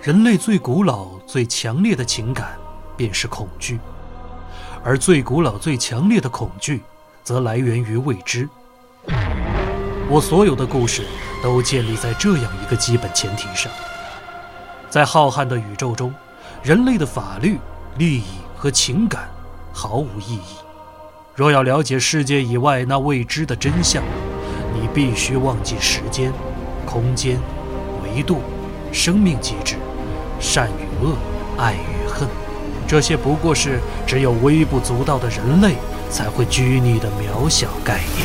人类最古老、最强烈的情感便是恐惧，而最古老、最强烈的恐惧则来源于未知。我所有的故事都建立在这样一个基本前提上：在浩瀚的宇宙中，人类的法律、利益和情感毫无意义。若要了解世界以外那未知的真相，你必须忘记时间、空间、维度、生命机制、善与恶、爱与恨，这些不过是只有微不足道的人类才会拘泥的渺小概念。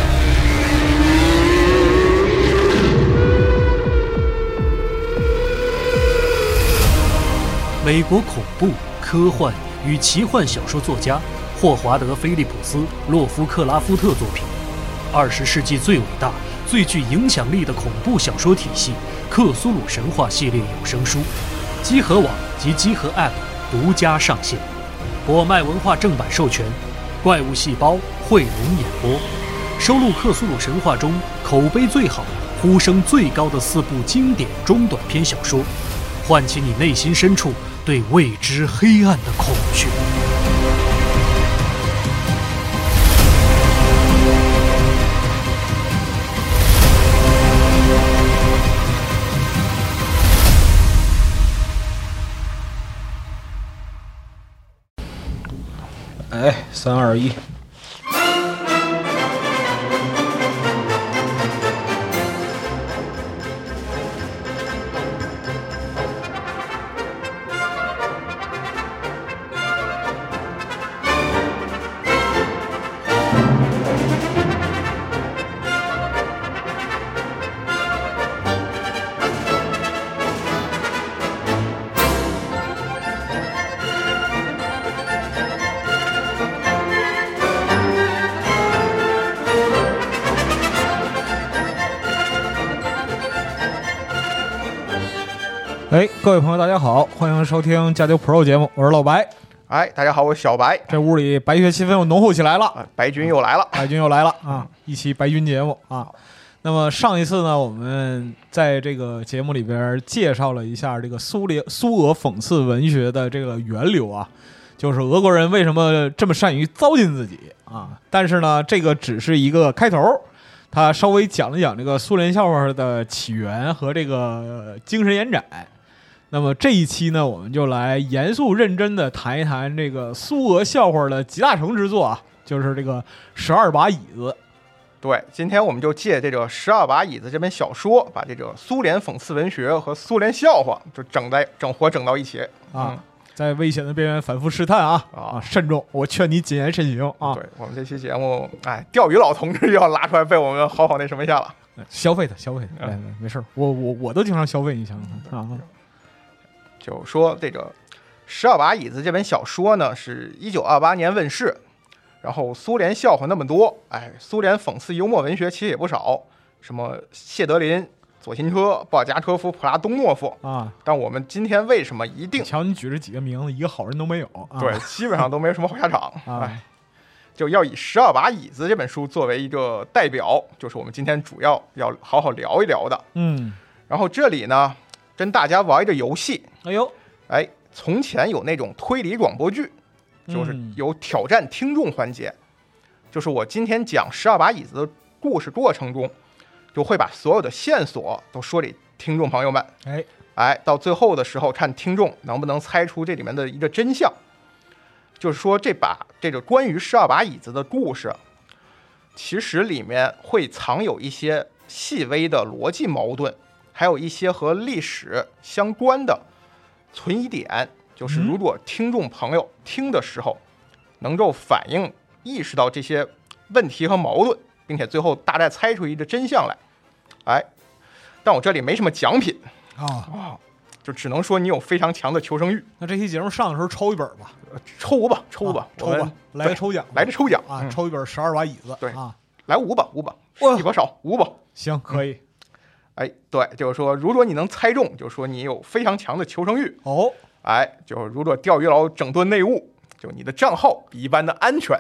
美国恐怖、科幻与奇幻小说作家霍华德·菲利普斯·洛夫克拉夫特作品，20世纪最伟大、最具影响力的恐怖小说体系——克苏鲁神话系列有声书，积禾网及积禾 App 独家上线，果麦文化正版授权，怪物细胞汇龙演播，收录克苏鲁神话中口碑最好、呼声最高的4部经典中短篇小说，唤起你内心深处对未知黑暗的恐惧。 3、2、1。各位朋友大家好，欢迎收听加丢 Pro 节目，我是老白。 大家好，我是小白。 这屋里白雪气氛又浓厚起来了， 白军又来了， 啊！一期白军节目啊。那么上一次呢，我们在这个节目里边介绍了一下这个苏俄讽刺文学的这个源流啊，就是俄国人为什么这么善于糟践自己啊。但是呢，这个只是一个开头，他稍微讲了讲这个苏联笑话的起源和这个精神延展。那么这一期呢，我们就来严肃认真的谈一谈这个苏俄笑话的集大成之作啊，就是这个12把椅子。 对，今天我们就借这个12把椅子这本小说，把这个苏联讽刺文学和苏联笑话就整到一起啊，在危险的边缘反复试探啊，慎重，我劝你谨言慎行啊。 对，我们这期节目，钓鱼老同志要拉出来被我们好好那什么一下了， 消费他，没事，我都经常消费，你想想看啊。 就说这个12把椅子这本小说呢，是1928年问世，然后苏联笑话那么多，苏联讽刺幽默文学其实也不少，什么谢德林、佐辛科、鲍贾科夫、普拉东诺夫啊。但我们今天为什么一定？ 瞧你举这几个名字，一个好人都没有。 对，基本上都没什么好下场。就要以12把椅子这本书作为一个代表，就是我们今天主要好好聊一聊的。然后这里呢，跟大家玩一个游戏。从前有那种推理广播剧，就是有挑战听众环节，就是我今天讲12把椅子的故事过程中，就会把所有的线索都说给听众朋友们，到最后的时候看听众能不能猜出这里面的一个真相。就是说这个关于12把椅子的故事，其实里面会藏有一些细微的逻辑矛盾，还有一些和历史相关的存疑点，就是如果听众朋友听的时候能够意识到这些问题和矛盾，并且最后大概猜出一个真相来，但我这里没什么奖品就只能说你有非常强的求生欲。 那这期节目上的时候抽一本吧， 抽吧， 来个抽奖啊，抽一本12把椅子。 对啊，来5把，一把少5把， 行，可以。 对，就是说，如果你能猜中，就是说你有非常强的求生欲就是如果钓鱼佬整顿内务，就你的账号比一般的安全。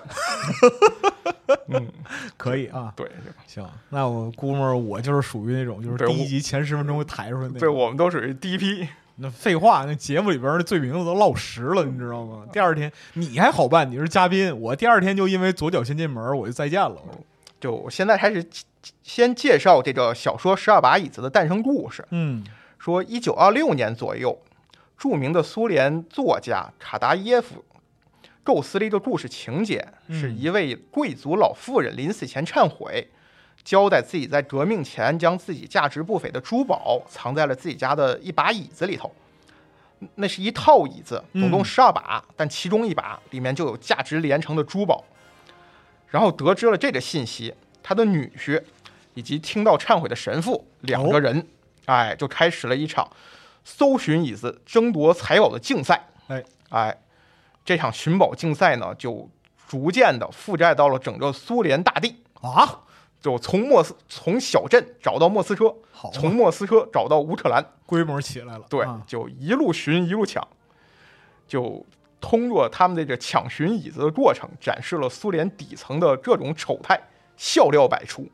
可以啊， 对， 行，那我估摸我就是属于那种，就是第一集前10分钟抬出来那种。 对，我们都属于第一批。 那废话，那节目里边的罪名字都落实了，你知道吗？第二天你还好办，你是嘉宾，我第二天就因为左脚先进门，我就再见了。 就现在开始先介绍这个小说《12把椅子》的诞生故事。说1926年左右，著名的苏联作家卡达耶夫构思了一个故事情节，是一位贵族老妇人临死前忏悔，交代自己在革命前将自己价值不菲的珠宝藏在了自己家的一把椅子里头。那是一套椅子，总共12把，但其中一把里面就有价值连城的珠宝。然后得知了这个信息，他的女婿以及听到忏悔的神父2个人，就开始了一场搜寻椅子、争夺财宝的竞赛。这场寻宝竞赛呢，就逐渐的覆盖到了整个苏联大地啊！ 就从小镇找到莫斯科，从莫斯科找到乌克兰， 规模起来了。 对，就一路寻一路抢，就通过他们这个抢寻椅子的过程，展示了苏联底层的各种丑态，笑料百出。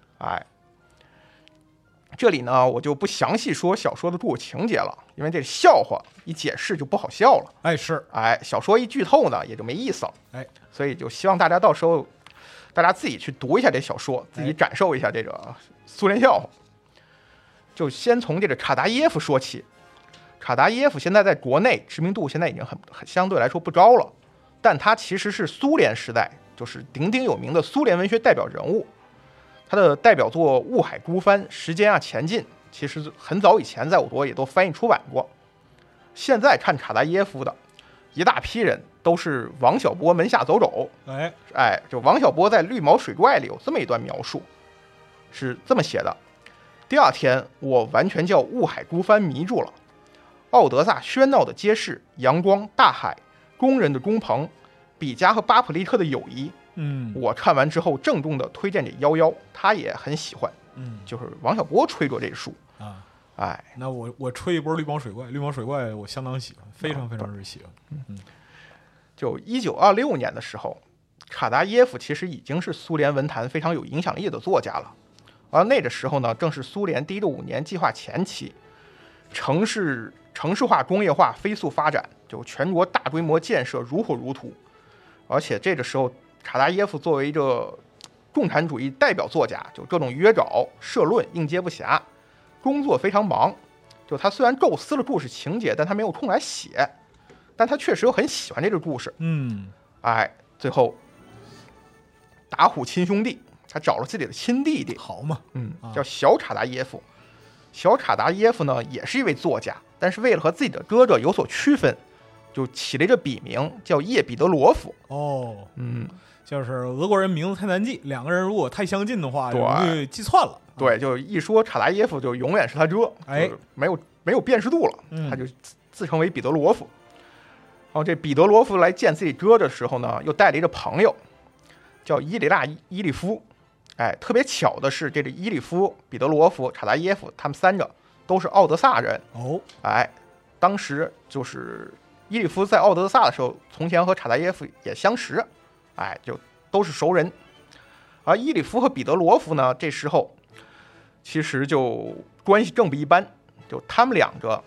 这里呢，我就不详细说小说的故事情节了，因为这笑话一解释就不好笑了。小说一剧透呢，也就没意思了。所以就希望大家到时候大家自己去读一下这小说，自己感受一下这个苏联笑话。就先从这个卡达耶夫说起。卡达耶夫现在在国内知名度现在已经很相对来说不高了，但他其实是苏联时代就是鼎鼎有名的苏联文学代表人物。他的代表作《雾海孤帆》《时间啊前进》其实很早以前在我国也都翻译出版过。现在看卡达耶夫的一大批人都是王小波门下走狗。就王小波在《绿毛水怪》里有这么一段描述，是这么写的：第二天我完全叫雾海孤帆迷住了。奥德萨喧闹的街市，阳光、大海，工人的工棚，比加和巴普利特的友谊。我看完之后郑重的推荐给11，他也很喜欢。就是王小波吹过这书啊。那我吹一波绿毛水怪，绿毛水怪我相当喜欢，非常非常之喜欢。 就1926年的时候，卡达耶夫其实已经是苏联文坛非常有影响力的作家了。而那个时候呢，正是苏联第一个5年计划前期，城市化、工业化飞速发展，就全国大规模建设如火如荼。而且这个时候，卡达耶夫作为一个共产主义代表作家，就各种约稿、社论应接不暇，工作非常忙。就他虽然构思了故事情节，但他没有空来写，但他确实又很喜欢这个故事。最后打虎亲兄弟，他找了自己的亲弟弟， 好嘛， 叫小卡达耶夫。小卡达耶夫呢，也是一位作家，但是为了和自己的哥哥有所区分，就起了一个笔名叫叶彼得罗夫。 就是俄国人名字太难记，2个人如果太相近的话，容易记串了。 对，就一说卡达耶夫，就永远是他哥，没有辨识度了，他就自称为彼得罗夫。然后这彼得罗夫来见自己哥的时候呢，又带了一个朋友，叫伊里纳伊利夫。特别巧的是，这个伊利夫、彼得罗夫、卡达耶夫，他们3个都是奥德萨人。当时就是伊利夫在奥德萨的时候，从前和卡达耶夫也相识，就都是熟人。而伊里夫和彼得罗夫呢，这时候其实就关系正不一般，就他们2个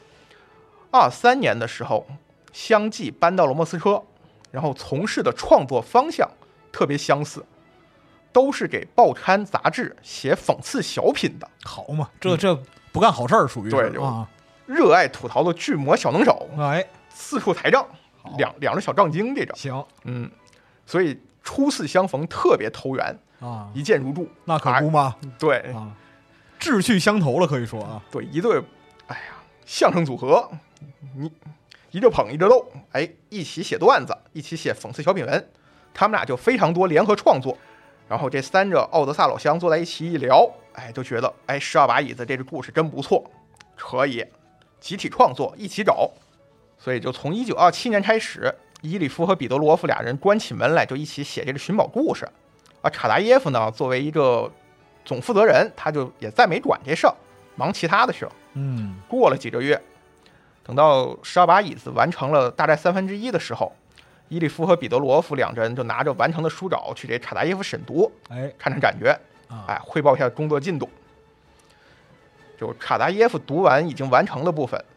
23年的时候相继搬到了莫斯科，然后从事的创作方向特别相似，都是给报刊杂志写讽刺小品的。 好嘛，这不干好事儿，属于对，热爱吐槽的巨魔小能手，四处抬杠，两个小杠精，这个行， 所以初次相逢特别投缘一见如故， 那可不吗？ 对志趣相投了，可以说对，一对相声组合，你一个捧一个逗，一起写段子，一起写讽刺小品文，他们俩就非常多联合创作。然后这3个奥德萨老乡坐在一起一聊，就觉得12把椅子这个故事真不错，可以集体创作，一起找。所以就从1927年开始，伊里夫和彼得罗夫2人关起门来就一起写这个寻宝故事。而卡达耶夫呢，作为一个总负责人，他就也再没管这事儿，忙其他的去了。过了几个月，等到12把椅子完成了大概1/3的时候，伊里夫和彼得罗夫2人就拿着完成的书稿去给卡达耶夫审读，看看感觉，汇报一下工作进度。就卡达耶夫读完已经完成的部分，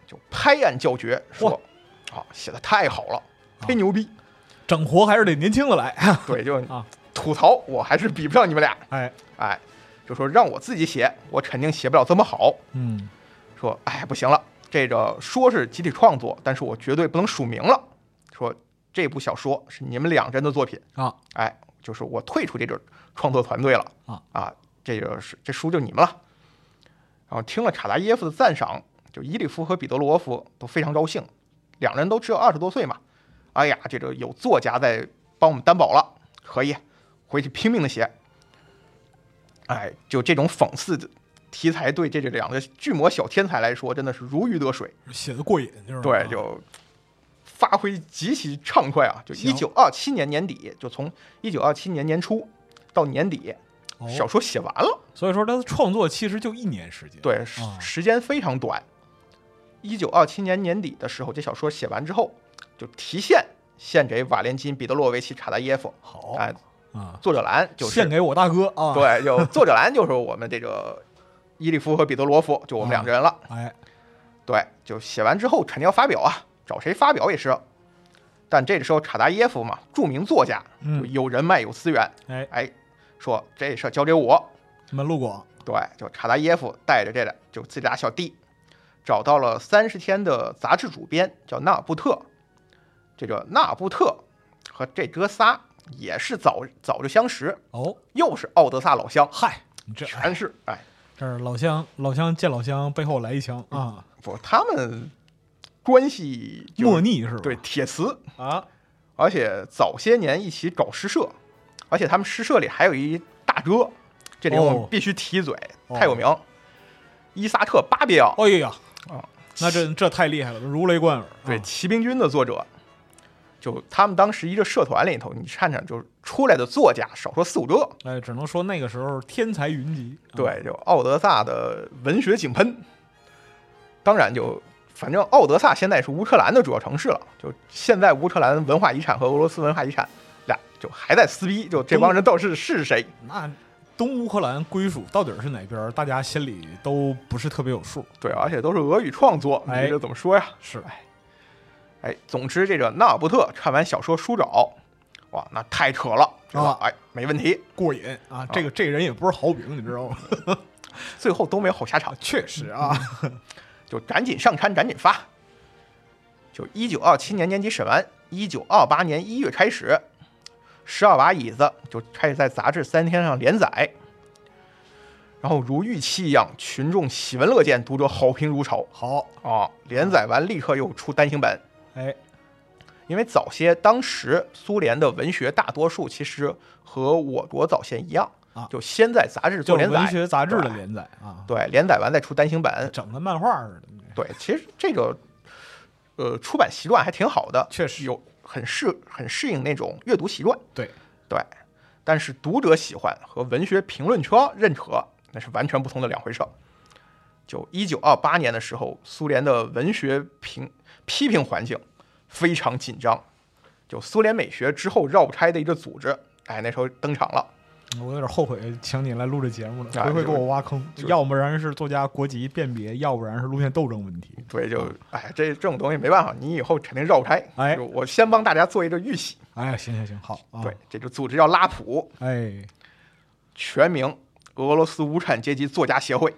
就拍案叫绝，说写的太好了，忒牛逼， 整活还是得年轻的来。 对，就吐槽我还是比不上你们俩。 哎， 就说让我自己写，我肯定写不了这么好。说不行了，这个说是集体创作，但是我绝对不能署名了。说这部小说是你们2人的作品就是我退出这个创作团队了这书就你们了。然后听了查达耶夫的赞赏，就伊里夫和彼得罗夫都非常高兴，2人都只有20多岁嘛。哎呀，这个有作家在帮我们担保了，可以回去拼命的写。就这种讽刺的题材，对这2个巨魔小天才来说，真的是如鱼得水， 写的过瘾，就是对，就发挥极其畅快就1927年年底，就从1927年年初到年底，小说写完了。 所以说他的创作其实就1年时间， 对，时间非常短。1927年年底的时候，这小说写完之后，就提献给瓦连金·彼得洛维奇·查达耶夫。 好作者栏就是献给我大哥对，就作者栏就是我们这个伊利夫和彼得罗夫，就我们2个人了。对，就写完之后肯定要发表找谁发表也是。但这个时候查达耶夫嘛，著名作家，就有人脉有资源，说这事交给我， 门路广。 对，就查达耶夫带着就自己俩小弟，找到了30天的杂志主编叫纳尔布特。这个纳尔布特和这哥仨也是早就相识又是奥德萨老乡。 这全是这是老乡见老乡，背后来一枪不，他们关系莫逆是吧？ 对，铁磁而且早些年一起搞诗社，而且他们诗社里还有一大哥，这里我们必须提一嘴，太有名，伊萨特·巴比奥。 哎呀那这太厉害了，如雷贯耳。 对，骑兵军的作者，就他们当时一个社团里头，你看看，就是出来的作家少说4、5个。 只能说那个时候天才云集。 对，就奥德萨的文学井喷。当然反正奥德萨现在是乌克兰的主要城市了，就现在乌克兰文化遗产和俄罗斯文化遗产俩就还在撕逼，就这帮人到底是谁？ 那东乌克兰归属到底是哪边，大家心里都不是特别有数。 对，而且都是俄语创作，你这怎么说呀？ 是， 总之这个纳尔布特看完小说书稿，哇，那太扯了没问题， 过瘾这人也不是好饼，你知道吗？ 最后都没有好下场， 确实就赶紧上刊，赶紧发。就1927年年底审完，1928年1月开始，十二把椅子就开始在杂志3天上连载。然后如预期一样，群众喜闻乐见，读者好评如潮。连载完立刻又出单行本。因为当时苏联的文学大多数其实和我国早先一样就先在杂志做连载， 文学杂志的连载对，连载完再出单行本， 整个漫画似的。 对，其实这个出版习惯还挺好的， 确实有很适应那种阅读习惯。 对， 但是读者喜欢和文学评论圈认可那是完全不同的2回事。就1928年的时候，苏联的文学批评环境非常紧张，就苏联美学之后绕不开的一个组织，那时候登场了。 我有点后悔请你来录这节目了，回给我挖坑，要不然是作家国籍辨别，要不然是路线斗争问题。 对，这种东西没办法，你以后肯定绕不开。我先帮大家做一个预习。 行，好。 对，这个组织叫拉普，全名俄罗斯无产阶级作家协会。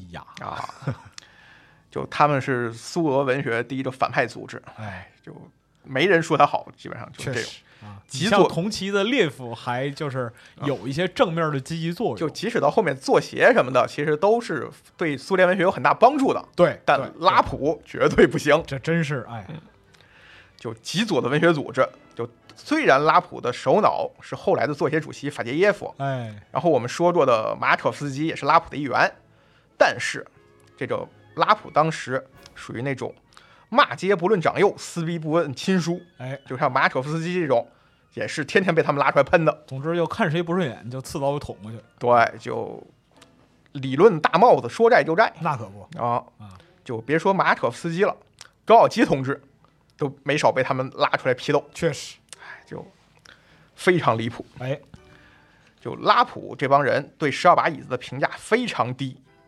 就他们是苏俄文学第一个反派组织。就没人说他好，基本上就是这种。 像同期的列夫还就是有一些正面的积极作用， 就即使到后面作协什么的，其实都是对苏联文学有很大帮助的。 对， 但拉普绝对不行， 这真是就极左的文学组织。就虽然拉普的首脑是后来的作协主席法捷耶夫，然后我们说过的马可夫斯基也是拉普的一员，但是这个拉普当时属于那种骂街不论长幼，撕逼不问亲疏。就像马可夫斯基这种，也是天天被他们拉出来喷的。 总之，就看谁不顺眼，就刺刀就捅过去。 对，就理论大帽子，说债就债。 那可不就别说马可夫斯基了，高晓基同志都没少被他们拉出来批斗。 确实， 就非常离谱。就拉普这帮人对12把椅子的评价非常低，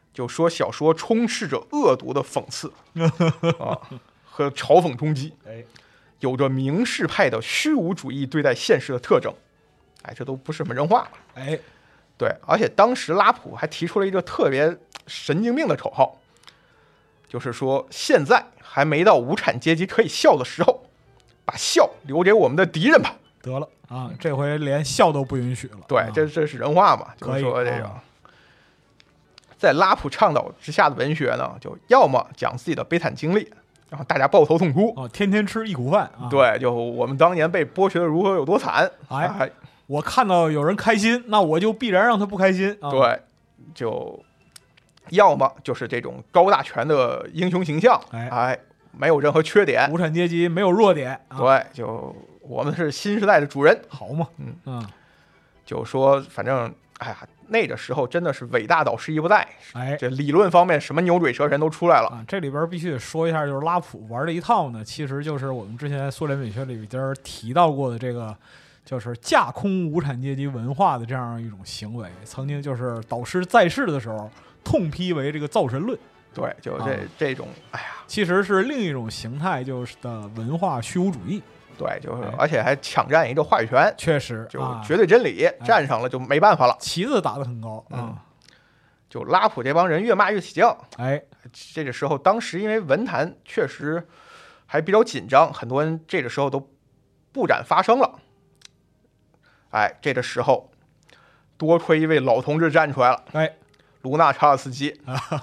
就说小说充斥着恶毒的讽刺啊和嘲讽冲击，有着明示派的虚无主义对待现实的特征。这都不是什么人话了。对，而且当时拉普还提出了一个特别神经病的口号，就是说现在还没到无产阶级可以笑的时候，把笑留给我们的敌人吧。 得了啊，这回连笑都不允许了。 对，这是人话嘛？就是说这个，在拉普倡导之下的文学呢，就要么讲自己的悲惨经历，然后大家抱头痛哭， 天天吃一苦饭。 对，就我们当年被剥削的如何有多惨。 我看到有人开心，那我就必然让他不开心。 对，就要么就是这种高大全的英雄形象，没有任何缺点， 无产阶级没有弱点。 对，就我们是新时代的主人， 好嘛。 就说反正那个时候真的是伟大导师一不在，这理论方面什么牛鬼蛇神都出来了。 这里边必须得说一下，就是拉普玩的一套呢，其实就是我们之前苏联美学里边提到过的这个。就是架空无产阶级文化的这样一种行为，曾经就是导师在世的时候痛批为这个造神论。 对，就这种， 其实是另一种形态，就是的文化虚无主义。 对，就是而且还抢占一个话语权， 确实， 就绝对真理占上了就没办法了， 旗子打得很高就拉普这帮人越骂越起劲。这个时候，当时因为文坛确实还比较紧张，很多人这个时候都不敢发声了。这个时候，多亏一位老同志站出来了，卢纳查尔斯基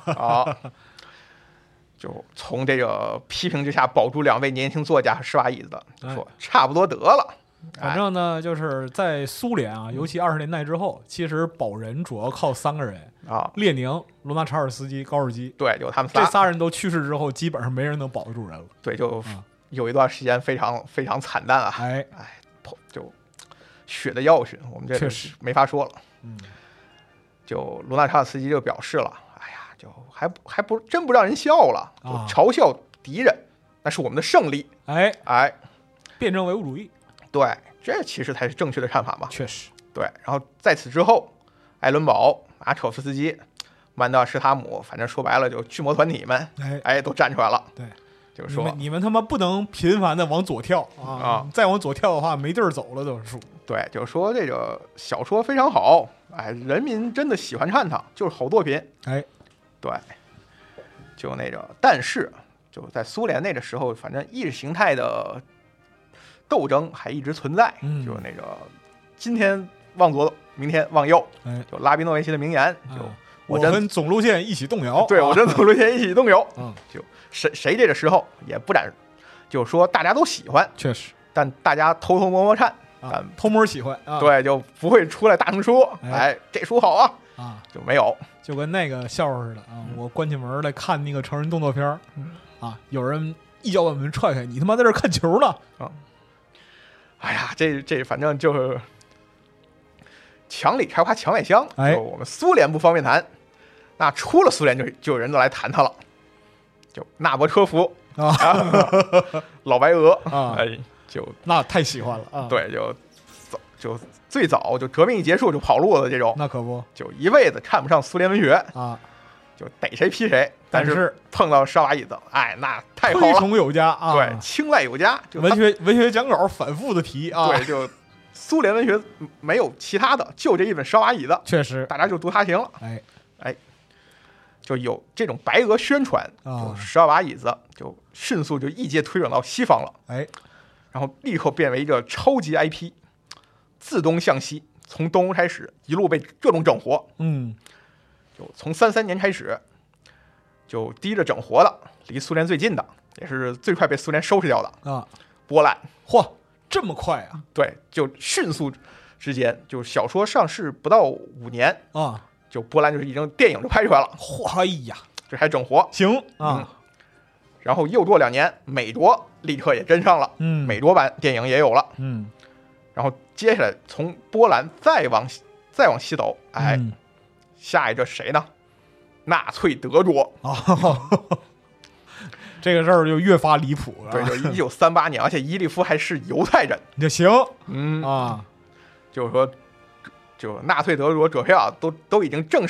就从这个批评之下保住2位年轻作家和施瓦椅子的，说差不多得了。 反正呢，就是在苏联尤其20年代之后，其实保人主要靠3个人列宁、卢纳查尔斯基、高尔基。 对，就他们这仨人都去世之后，基本上没人能保得住人了。 对，就有一段时间非常非常惨淡就血的教训，我们这确实没法说了。就卢纳查尔斯基就表示了，就还不真不让人笑了，就嘲笑敌人，那是我们的胜利。 辩证唯物主义。 对，这其实才是正确的看法嘛。 确实。 对，然后在此之后，艾伦堡、马可夫斯基、曼德尔施塔姆，反正说白了就巨魔团体们，都站出来了。 对。 就是说你们他妈不能频繁的往左跳再往左跳的话没地儿走了都是数。 对，就是说这个小说非常好，人民真的喜欢看它，就是好作品。对，就那个，但是就在苏联那个时候，反正意识形态的斗争还一直存在，就那个今天往左，明天往右，就拉比诺维奇的名言，就我跟总路线一起动摇。 对，我跟总路线一起动摇。就谁这个时候也不敢，就是说大家都喜欢， 确实， 但大家偷偷摸摸看， 偷摸喜欢， 对，就不会出来大声说，这书好就没有， 就跟那个笑话似的我关起门来看那个成人动作片有人一脚把门踹开，你他妈在这看球呢这反正就是墙里开花墙外香，就我们苏联不方便谈，那出了苏联就有人来谈他了。就纳博科夫老白俄就那太喜欢了对，就最早就革命一结束就跑路的这种， 那可不， 就一辈子看不上苏联文学就逮谁批谁，但是碰到沙瓦椅子，那太好了， 推崇有加对，青睐有加，就文学讲稿反复的提对，就苏联文学没有其他的，就这一本沙瓦椅子， 确实， 大家就读它行了，就有这种白俄宣传，就十二把椅子就迅速就一阶推广到西方了，然后立刻变为一个超级 IP， 自东向西，从东欧开始一路被各种整活，就从33年开始，就第一个整活的，离苏联最近的，也是最快被苏联收拾掉的波兰， 嚯，这么快啊？ 对，就迅速之间，就小说上市不到5年就波兰就是已经电影就拍出来了， 哎呀， 这还整活行然后又过2年，美国立刻也跟上了，美国版电影也有了，然后接下来从波兰再往西走，下一个谁呢？纳粹德国这个事儿就越发离谱了。 对，就1938年，而且伊利夫还是犹太人， 就行， 就是说，就纳粹德国葛培尔都已经正式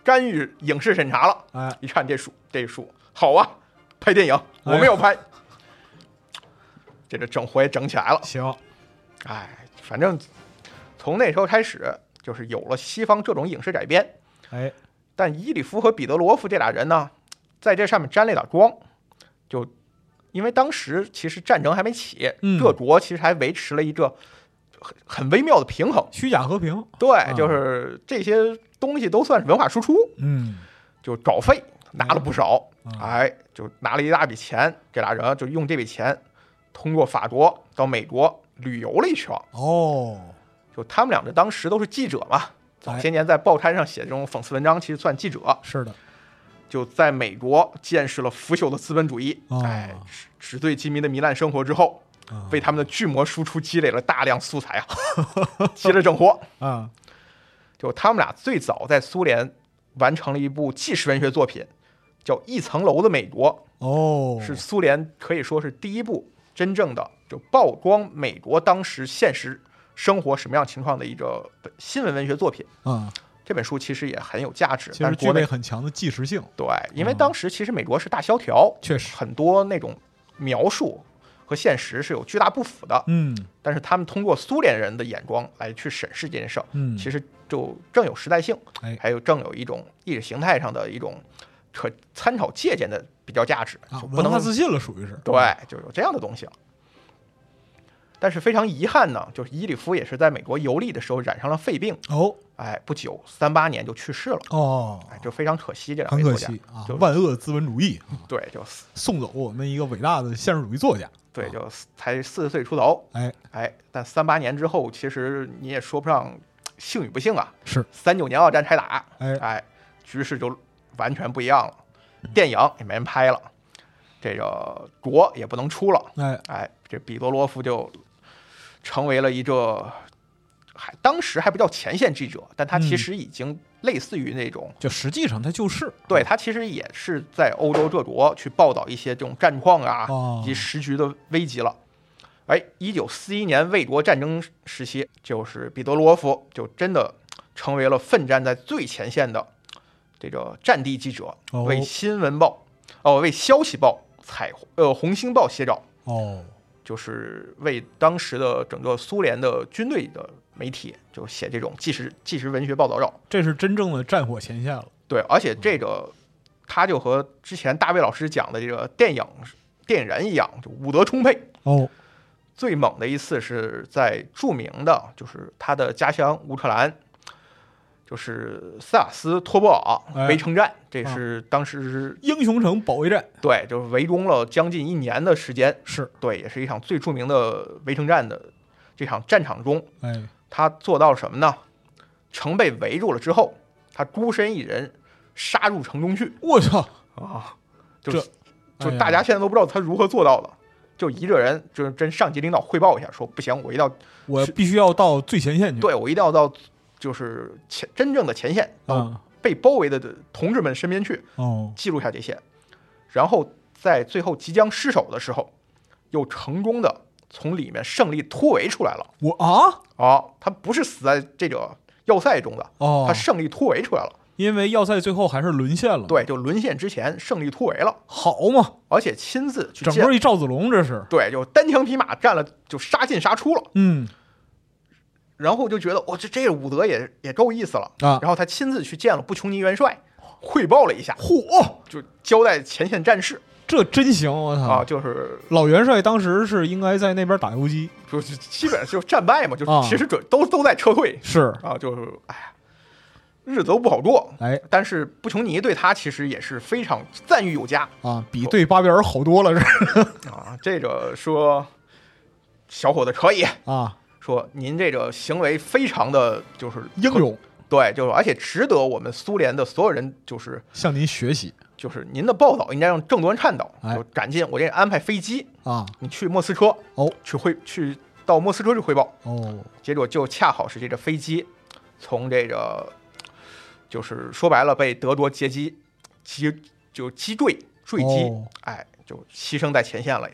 干预影视审查了。 哎， 一看这书好啊，拍电影我们要拍，这个整活也整起来了。 行， 哎，反正从那时候开始，就是有了西方这种影视改编。 哎， 但伊里夫和彼得罗夫这俩人呢，在这上面沾了点光，就因为当时其实战争还没起，各国其实还维持了一个很微妙的平衡， 虚假和平。 对，就是这些东西都算是文化输出，就稿费拿了不少，哎，就拿了一大笔钱，这俩人就用这笔钱通过法国到美国旅游了一圈。就他们两个当时都是记者嘛，早些年在报刊上写这种讽刺文章，其实算记者。 是的， 就在美国见识了腐朽的资本主义，哎，纸醉金迷的糜烂生活之后，为他们的巨魔输出积累了大量素材啊，接着整活啊。 就他们俩最早在苏联完成了一部纪实文学作品，叫《一层楼的美国》。是苏联可以说是第一部真正的就曝光美国当时现实生活什么样情况的一个新闻文学作品啊。 这本书其实也很有价值， 其实具备很强的纪实性。 对，因为当时其实美国是大萧条， 确实很多那种描述和现实是有巨大不符的。但是他们通过苏联人的眼光来去审视这件事儿，其实就更有时代性，还有更有一种意识形态上的一种可参考借鉴的比较价值，就不能文化自信了，属于是。 对，就有这样的东西了。但是非常遗憾呢，就是伊里夫也是在美国游历的时候染上了肺病。哎，不久38年就去世了。 哎， 就非常可惜，这两位作家啊，万恶资本主义。 对，就送走我们一个伟大的现实主义作家。 对，就才40岁出头。哎，但38年之后，其实你也说不上幸与不幸啊。 是 39年二战开打，哎，局势就完全不一样了。电影也没人拍了，这个国也不能出了。哎，这彼得罗夫就成为了一个。当时还不叫前线记者，但他其实已经类似于那种， 就实际上他就是， 对，他其实也是在欧洲各国去报道一些这种战况啊，以及时局的危机了。哎，1941年卫国战争时期，就是彼得罗夫就真的成为了奋战在最前线的这个战地记者，为新闻报为消息报红星报写稿就是为当时的整个苏联的军队的媒体就写这种纪实文学报道稿， 这是真正的战火前线了。 对，而且这个他就和之前大卫老师讲的这个电影人一样，就武德充沛。最猛的一次是在著名的就是他的家乡乌克兰，就是斯瓦斯托波尔围城战，这是当时英雄城保卫战。 对，就是围攻了将近1年的时间。 是对，也是一场最著名的围城战的这场战场中，他做到什么呢？城被围住了之后，他孤身一人杀入城中去。 我操啊！就大家现在都不知道他如何做到的。就一个人就是跟上级领导汇报一下，说不行，我必须要到最前线去。 对，我一定要到就是真正的前线，被包围的同志们身边去，记录下这些，然后在最后即将失守的时候，又成功的从里面胜利突围出来了。他不是死在这个要塞中的，他胜利突围出来了。 因为要塞最后还是沦陷了。 对，就沦陷之前胜利突围了。 好嘛， 而且亲自去整个一赵子龙，这是。 对，就单枪匹马战了，就杀进杀出了。然后就觉得这个武德也够意思了啊。然后他亲自去见了布琼尼元帅，汇报了一下，就交代前线战事。 这真行，我操啊！就是老元帅当时是应该在那边打游击， 就是基本上就战败嘛，就其实都在撤退。 是啊，就是哎呀。日子都不好过，但是布琼尼对他其实也是非常赞誉有加啊，比对巴比尔好多了，是啊。这个说小伙子可以啊， 说您这个行为非常的就是英勇， 对，就是而且值得我们苏联的所有人就是向您学习， 就是您的报道应该让更多人看到，就赶紧我给你安排飞机啊， 你去莫斯科去到莫斯科去汇报结果就恰好是这个飞机从这个。就是说白了，被德国击坠，哎，就牺牲在前线了，也是。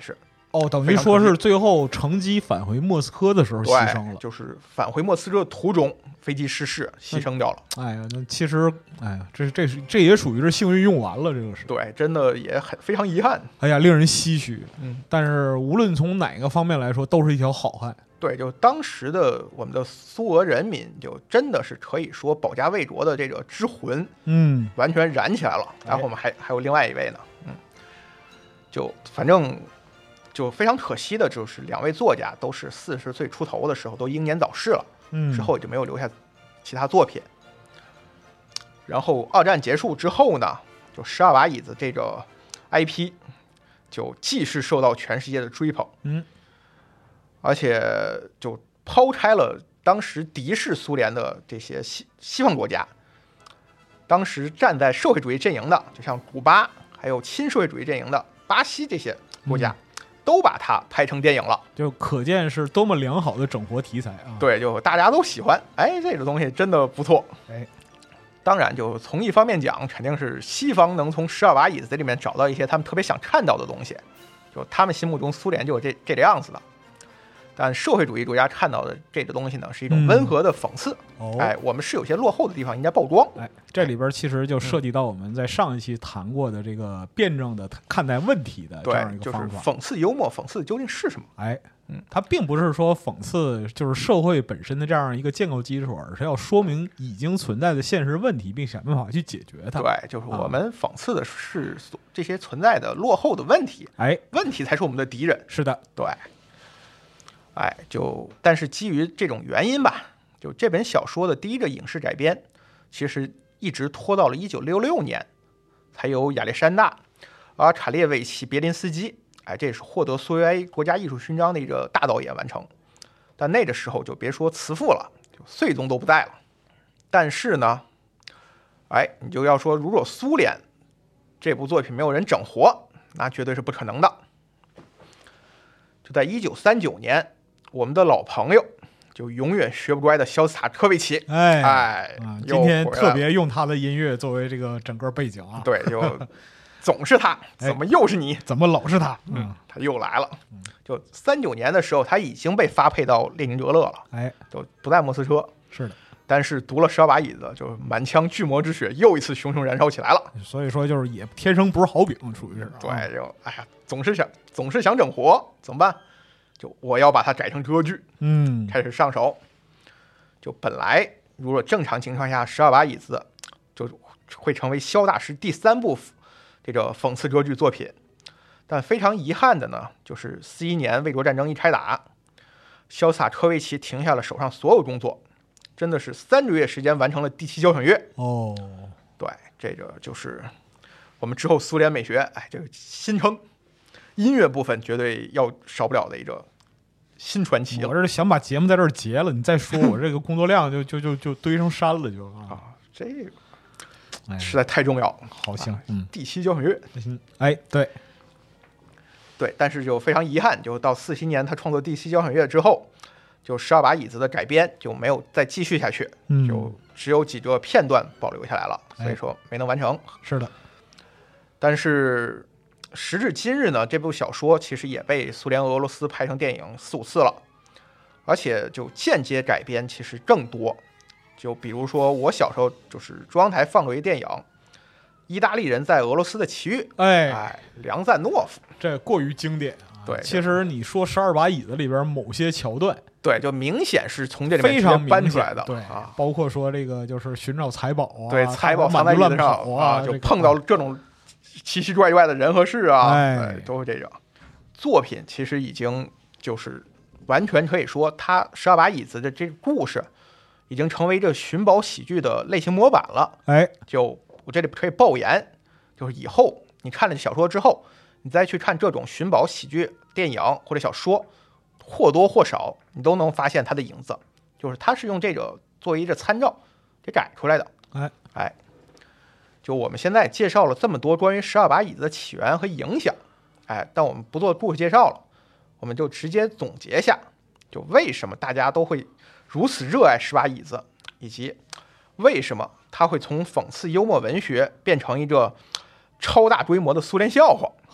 等于说是最后乘机返回莫斯科的时候牺牲了， 就是返回莫斯科途中飞机失事牺牲掉了。 哎呀，那其实，哎呀，这也属于是幸运用完了，这个是对，真的也非常遗憾。 哎呀，令人唏嘘。但是无论从哪个方面来说，都是一条好汉。 对，就当时的我们的苏俄人民，就真的是可以说保家卫国的这个之魂，完全燃起来了。然后我们还有另外一位呢，就反正就非常可惜的，就是两位作家都是40岁出头的时候都英年早逝了，之后也就没有留下其他作品。然后二战结束之后呢，就十二把椅子这个 IP 就继续受到全世界的追捧，而且就抛开了当时敌视苏联的这些西方国家，当时站在社会主义阵营的，就像古巴，还有亲社会主义阵营的巴西这些国家，都把它拍成电影了， 就可见是多么良好的整活题材啊！ 对，就大家都喜欢，这个东西真的不错，当然，就从一方面讲，肯定是西方能从十二把椅子里面找到一些他们特别想看到的东西，就他们心目中苏联就是这个样子的。但社会主义国家看到的这个东西呢，是一种温和的讽刺。我们是有些落后的地方应该曝光。 这里边其实就涉及到我们在上一期谈过的这个辩证的看待问题的这样一个方法。 就是讽刺幽默，讽刺究竟是什么？ 它并不是说讽刺就是社会本身的这样一个建构基础，而是要说明已经存在的现实问题，并想办法去解决它。 对，就是我们讽刺的是这些存在的落后的问题。问题才是我们的敌人。 是的， 对。但是基于这种原因吧，就这本小说的第一个影视改编，其实一直拖到了1966年，才由亚历山大·阿尔卡列维奇·别林斯基，这也是获得苏维埃国家艺术勋章的一个大导演完成。但那个时候就别说慈父了，就穗宗都不在了。但是呢，你就要说，如果苏联这部作品没有人整活，那绝对是不可能的。就在1939年。我们的老朋友，就永远学不乖的肖斯塔科维奇， 今天特别用他的音乐作为这个整个背景啊。 对，就总是他，怎么又是你？ 怎么老是他？ 他又来了。就39年的时候，他已经被发配到列宁格勒了，就不在莫斯科。 是的， 但是读了12把椅子，就满腔巨魔之血又一次熊熊燃烧起来了。 所以说，就是也天生不是好饼，属于是。 对，就总是想整活，怎么办？就我要把它改成歌剧，开始上手。就本来如果正常情况下，12把椅子就会成为肖大师第3部这个讽刺歌剧作品，但非常遗憾的呢，就是41年卫国战争一开打，肖斯塔科维奇停下了手上所有工作，真的是3个月时间完成了第7交响乐。对，这个就是我们之后苏联美学，这个新称。音乐部分绝对要少不了的一个新传奇了。 我这是想把节目在这儿结了，你再说我这个工作量就堆成山了， 这个实在太重要了。 好行， 第7交响乐，对，但是就非常遗憾，就到47年他创作第7交响乐之后，就12把椅子的改编就没有再继续下去，就只有几个片段保留下来了，所以说没能完成。 是的， 但是。时至今日呢，这部小说其实也被苏联、俄罗斯拍成电影4、5次了，而且就间接改编其实更多。就比如说我小时候就是中央台放过一电影《意大利人在俄罗斯的奇遇》，梁赞诺夫， 这过于经典啊。 对， 其实你说12把椅子里边某些桥段， 对，就明显是从这里面非常搬出来的。 对包括说这个就是寻找财宝啊， 对，财宝藏在椅子上啊， 就碰到各种奇奇怪怪的人和事啊，都是这种作品。其实已经就是完全可以说，他12把椅子的这个故事已经成为这寻宝喜剧的类型模板了。就我这里可以爆言，就是以后你看了小说之后，你再去看这种寻宝喜剧电影或者小说，或多或少你都能发现它的影子，就是它是用这个作为一个参照给改出来的。就我们现在介绍了这么多关于12把椅子的起源和影响，但我们不做故事介绍了，我们就直接总结一下，就为什么大家都会如此热爱10把椅子，以及为什么它会从讽刺幽默文学变成一个超大规模的苏联笑话。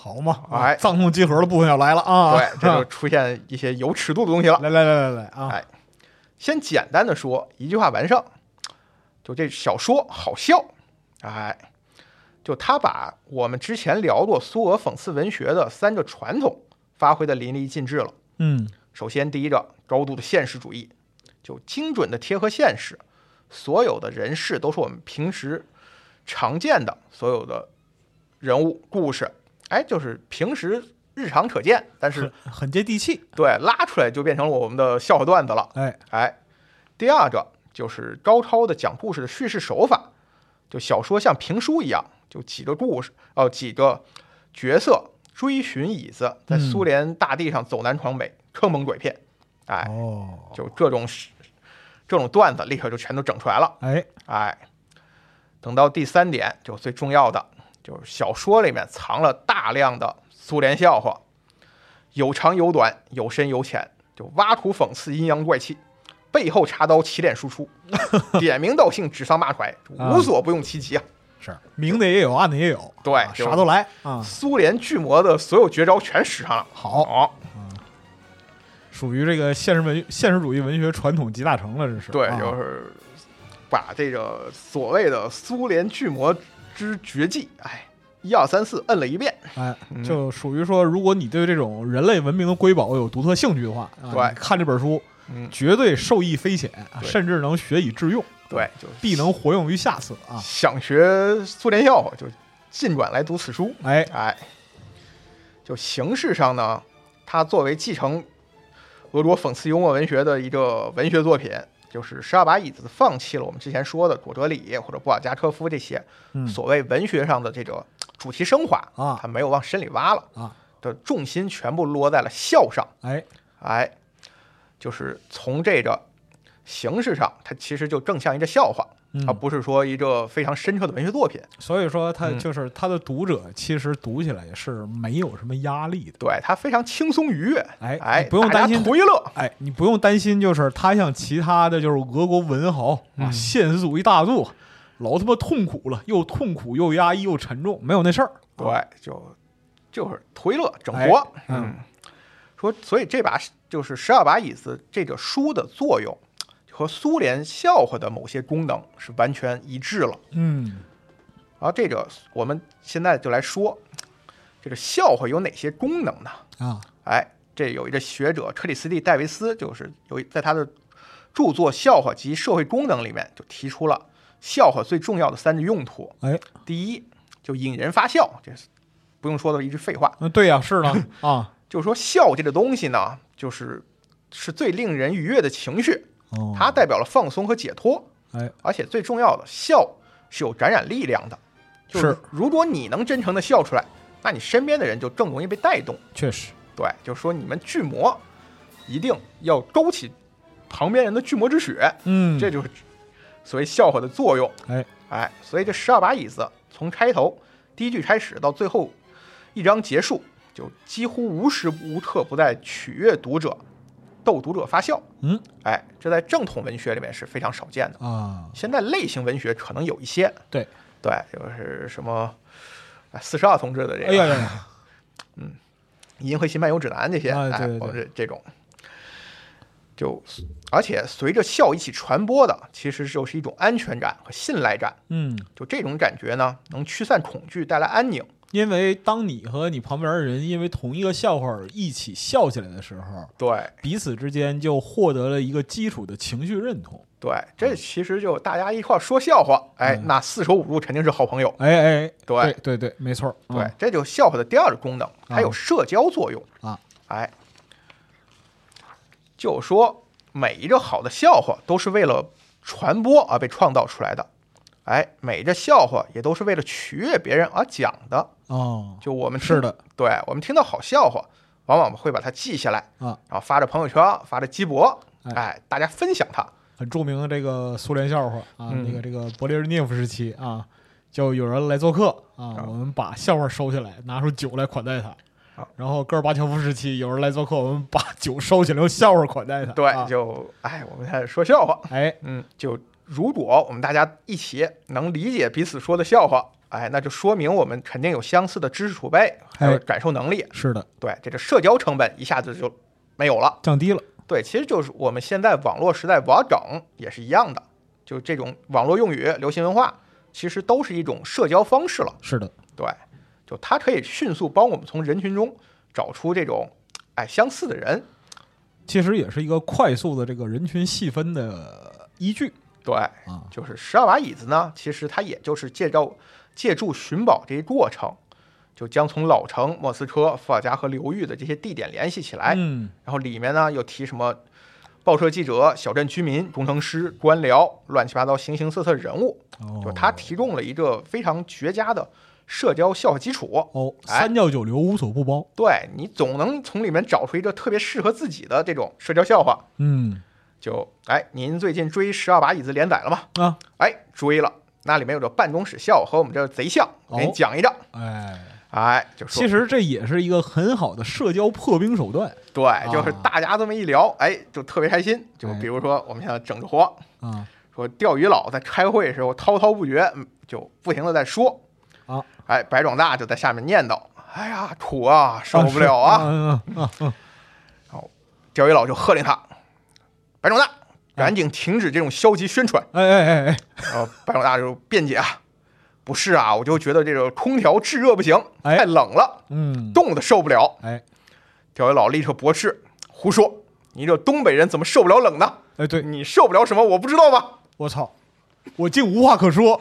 好嘛， 哎， 脏空集合的部分要来了啊！ 对，这就出现一些有尺度的东西了。 来啊！ 哎，先简单的说，一句话完胜，就这小说好笑。哎，就他把我们之前聊过苏俄讽刺文学的3个传统发挥的淋漓尽致了。首先第一个，高度的现实主义，就精准的贴合现实，所有的人事都是我们平时常见的所有的人物故事，哎，就是平时日常可见，但是很接地气。 对，拉出来就变成了我们的笑话段子了。哎，第二个就是高超的讲故事的叙事手法，就小说像评书一样，就几个故事，几个角色追寻椅子，在苏联大地上走南闯北，坑蒙拐骗。哎，就这种段子立刻就全都整出来了。哎，等到第3点，就最重要的，就是小说里面藏了大量的苏联笑话，有长有短，有深有浅，就挖苦讽刺，阴阳怪气，背后插刀，起脸输出，点名道姓，指桑骂槐，无所不用其极啊！ 是明的也有，暗的也有， 对， 啥都来啊！ 苏联巨魔的所有绝招全使上了。 好，属于这个现实主义文学传统集大成了，这是对，就是把这个所谓的苏联巨魔之绝技，哎，1、2、3、4摁了一遍。 哎，就属于说，如果你对这种人类文明的瑰宝有独特兴趣的话， 对， 看这本书，绝对受益匪浅，甚至能学以致用。 对，就必能活用于下次啊！ 想学苏联笑话，就尽管来读此书。哎，就形式上呢，它作为继承俄国讽刺幽默文学的一个文学作品，就是十二把椅子放弃了我们之前说的果戈里或者布尔加科夫这些所谓文学上的这个主题升华啊， 他没有往深里挖了啊， 的重心全部落在了笑上。哎，就是从这个形式上，它其实就更像一个笑话，而不是说一个非常深刻的文学作品。 所以说，它就是它的读者其实读起来也是没有什么压力的， 对，它非常轻松愉悦。哎， 不用担心图一乐。 哎，你不用担心，就是它像其他的就是俄国文豪啊，现实主义大作，老他妈痛苦了，又痛苦又压抑又沉重，没有那事儿。 对，就是图一乐，整活。说，所以这把就是12把椅子这个书的作用，和苏联笑话的某些功能是完全一致了。然后这个我们现在就来说，这个笑话有哪些功能呢？哎，这有一个学者克里斯蒂·戴维斯，就是在他的著作《笑话及社会功能》里面就提出了笑话最重要的3个用途。第一，就引人发笑，这是不用说的一句废话。 对呀，是的啊。 就是说笑这个东西呢，是最令人愉悦的情绪，它代表了放松和解脱。而且最重要的，笑是有感染力量的，就是如果你能真诚的笑出来，那你身边的人就更容易被带动。 确实， 对，就是说你们巨魔一定要勾起旁边人的巨魔之血。这就是所谓笑话的作用。哎，所以这12把椅子从开头第一句开始到最后一章结束，就几乎无时无刻不在取悦读者，逗读者发笑。哎，这在正统文学里面是非常少见的啊。现在类型文学可能有一些，对，就是什么42同志的这个，银河系漫游指南这些，或者这种，就而且随着笑一起传播的，其实就是一种安全感和信赖感。就这种感觉呢，能驱散恐惧，带来安宁。 因为当你和你旁边的人因为同一个笑话一起笑起来的时候， 对， 彼此之间就获得了一个基础的情绪认同。 对，这其实就大家一块说笑话，哎，那4舍5入肯定是好朋友。 对，没错。 对，这就是笑话的第2个功能，它有社交作用啊。哎，就说每一个好的笑话都是为了传播而被创造出来的。哎，每个笑话也都是为了取悦别人而讲的。就我们是的， 对，我们听到好笑话，往往会把它记下来然后发着朋友圈，发着鸡博，哎，大家分享它。 很著名的这个苏联笑话啊，这个勃列日涅夫时期啊，就有人来做客啊，我们把笑话收起来，拿出酒来款待他。然后戈尔巴乔夫时期有人来做客，我们把酒收起来，用笑话款待他。 对，就我们开始说笑话。 哎， 就如果我们大家一起能理解彼此说的笑话，那就说明我们肯定有相似的知识储备还有感受能力。 是的， 对，这个社交成本一下子就没有了， 降低了。 对，其实就是我们现在网络时代玩梗也是一样的，就这种网络用语、流行文化，其实都是一种社交方式了。 是的， 对，就它可以迅速帮我们从人群中找出这种相似的人， 其实也是一个快速的这个人群细分的依据。 对，就是12把椅子呢，其实它也就是借助寻宝这一过程，就将从老城、莫斯科、伏尔加和流域的这些地点联系起来。然后里面呢又提什么报社记者、小镇居民、工程师、官僚，乱七八糟形形色色人物，就他提供了一个非常绝佳的社交笑话基础。 三教九流无所不包。对， 你总能从里面找出一个特别适合自己的这种社交笑话。就您最近追12把椅子连载了吗？追了。那里面有个办公室笑话和我们这贼像，我给你讲一个。就说其实这也是一个很好的社交破冰手段。 对，就是大家这么一聊，就特别开心。就比如说我们现在整着活，说钓鱼佬在开会的时候滔滔不绝，就不停的在说。白壮大就在下面念叨：“哎呀，苦啊，受不了啊！”然后钓鱼佬就喝令他：“白壮大，赶紧停止这种消极宣传。”然后白壮大就辩解：“不是啊，我就觉得这个空调制热不行，太冷了，冻得受不了。”钓鱼佬立刻驳斥：“胡说！你这东北人怎么受不了冷呢？ 对， 你受不了什么？我不知道吗？ 我操，我竟无话可说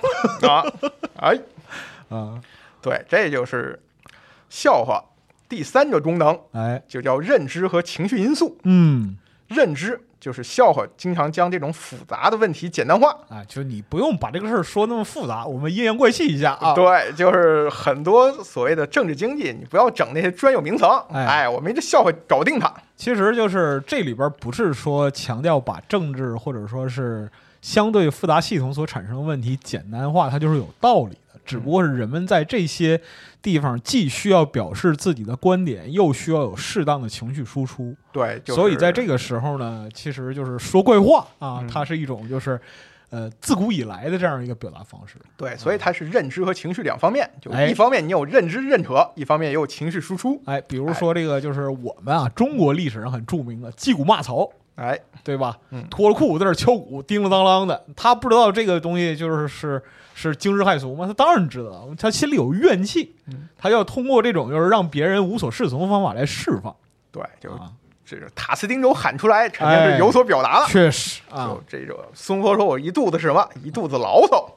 对，这就是笑话第3个功能，就叫认知和情绪因素。认知就是笑话经常将这种复杂的问题简单化， 就是你不用把这个事儿说那么复杂，我们阴阳怪气一下啊。 对，就是很多所谓的政治经济，你不要整那些专有名词。我们这笑话搞定它。 其实就是这里边不是说强调把政治或者说是相对复杂系统所产生的问题简单化，它就是有道理的。只不过是人们在这些地方既需要表示自己的观点，又需要有适当的情绪输出。 对， 所以在这个时候呢，其实就是说怪话啊，它是一种就是自古以来的这样一个表达方式。 对，所以它是认知和情绪两方面，就一方面你有认知认可，一方面也有情绪输出。 比如说这个就是我们中国历史上很著名的击鼓骂曹。对吧？脱了裤子在这敲鼓，叮了当啷的。他不知道这个东西是惊世骇俗吗？他当然知道，他心里有怨气，他要通过这种就是让别人无所适从的方法来释放。 对，就这个塔斯汀州喊出来，肯定是有所表达的。 确实就这个孙佛说我一肚子什么，一肚子牢骚。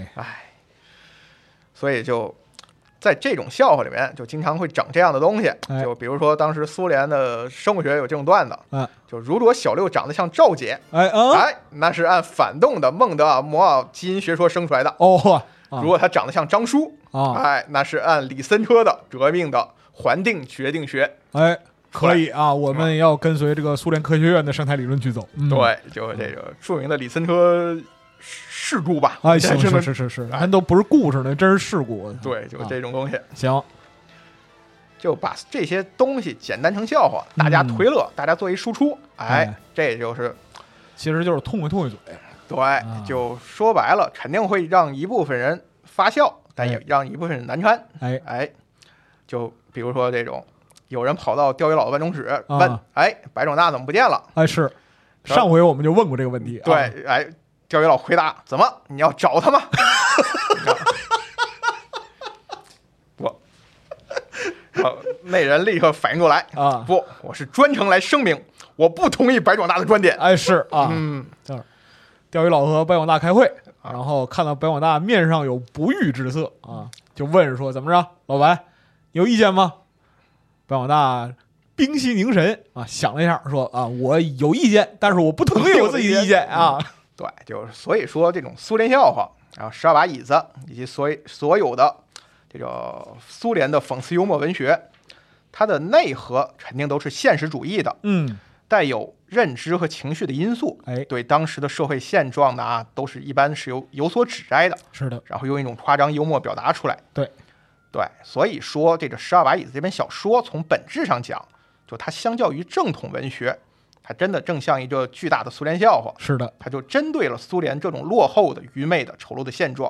所以就在这种笑话里面，就经常会整这样的东西。就比如说当时苏联的生物学有这种段子，就如果小六长得像赵姐，那是按反动的孟德尔摩尔基因学说生出来的。如果他长得像张叔，那是按李森科的革命的环境决定学。 可以啊，我们要跟随这个苏联科学院的生态理论去走。 对，就是这个著名的李森科事故吧。 是，咱都不是故事呢，真是事故。 对，就这种东西。 行， 就把这些东西简单成笑话，大家推乐，大家做一输出。这就是其实就是痛快嘴。 对，就说白了，肯定会让一部分人发笑，但也让一部分人难堪。就比如说这种，有人跑到钓鱼佬的办公室问：“白壮大怎么不见了？” 是，上回我们就问过这个问题。 对，钓鱼佬回答：“怎么？你要找他吗？”那人立刻反应过来不，我是专程来声明，我不同意白壮大的观点。 是啊，钓鱼佬和白广大开会，然后看到白广大面上有不悦之色就问说：“怎么着，老白，有意见吗？”白广大屏息凝神想了一下，说：“我有意见，但是我不同意我自己的意见啊。” 对，就是所以说这种苏联笑话，然后12把椅子以及所有的这个苏联的讽刺幽默文学，它的内核肯定都是现实主义的，带有认知和情绪的因素，对当时的社会现状呢，都是一般是有所指摘的， 是的， 然后用一种夸张幽默表达出来，对，所以说这个12把椅子这本小说从本质上讲，就它相较于正统文学， 它真的正像一个巨大的苏联笑话。 是的， 它就针对了苏联这种落后的、愚昧的、丑陋的现状。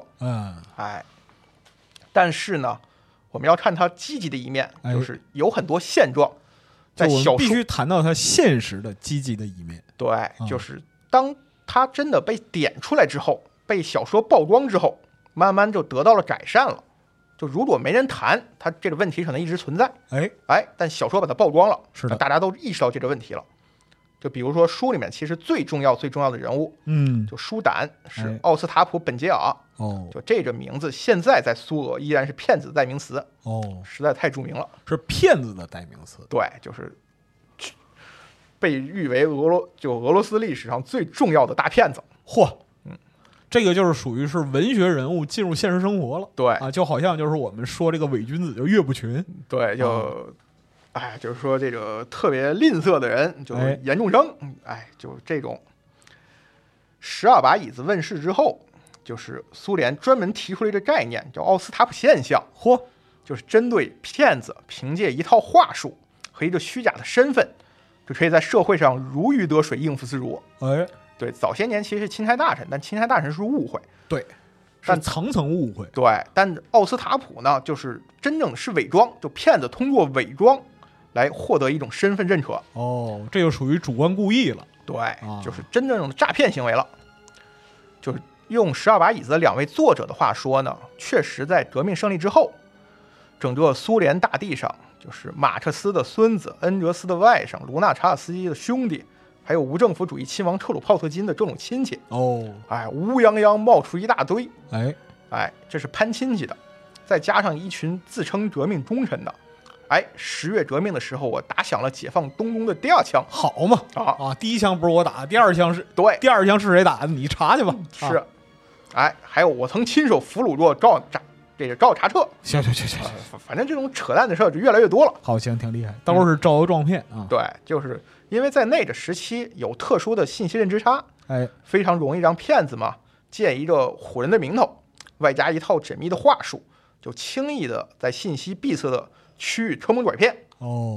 但是呢，我们要看它积极的一面，就是有很多现状在小说必须谈到它现实的积极的一面。 对，就是当它真的被点出来之后，被小说曝光之后，慢慢就得到了改善了。就如果没人谈，它这个问题可能一直存在。但小说把它曝光了， 是的， 大家都意识到这个问题了。就比如说书里面其实最重要的人物，就书胆是奥斯塔普本杰尔。就这个名字现在在苏俄依然是骗子的代名词。实在太著名了， 是骗子的代名词。 对，就是被誉为俄罗斯历史上最重要的大骗子。 这个就是属于是文学人物进入现实生活了。 对就好像就是我们说这个伪君子就岳不群。 对，就是说这个特别吝啬的人，就是严重生。就这种。12把椅子问世之后，就是苏联专门提出了一个概念，叫奥斯塔普现象。就是针对骗子凭借一套话术和一个虚假的身份，就可以在社会上如鱼得水，应付自如。对，早些年其实是钦差大臣，但钦差大臣是误会。 对，是层层误会。 对，但奥斯塔普呢，就是真正是伪装，就骗子通过伪装来获得一种身份认可。 这就属于主观故意了。 对，就是真正的诈骗行为了。就是用12把椅子的2位作者的话说呢，确实在革命胜利之后，整个苏联大地上，就是马克思的孙子、恩格斯的外甥、卢纳查尔斯基的兄弟，还有无政府主义亲王特鲁泡特金的这种亲戚，乌泱泱冒出一大堆。这是攀亲戚的，再加上一群自称革命忠臣的。10月革命的时候，我打响了解放东宫的第2枪。 好嘛，第1枪不是我打，第2枪是对， 第2枪是谁打的？你查去吧。 是，还有我曾亲手俘虏过赵查彻。 行， 反正这种扯淡的事儿就越来越多了。 好，行，挺厉害，都是招摇撞骗啊。 对，就是因为在那个时期有特殊的信息认知差，非常容易让骗子嘛借一个唬人的名头，外加一套缜密的话术，就轻易的在信息闭塞的区域坑蒙拐骗。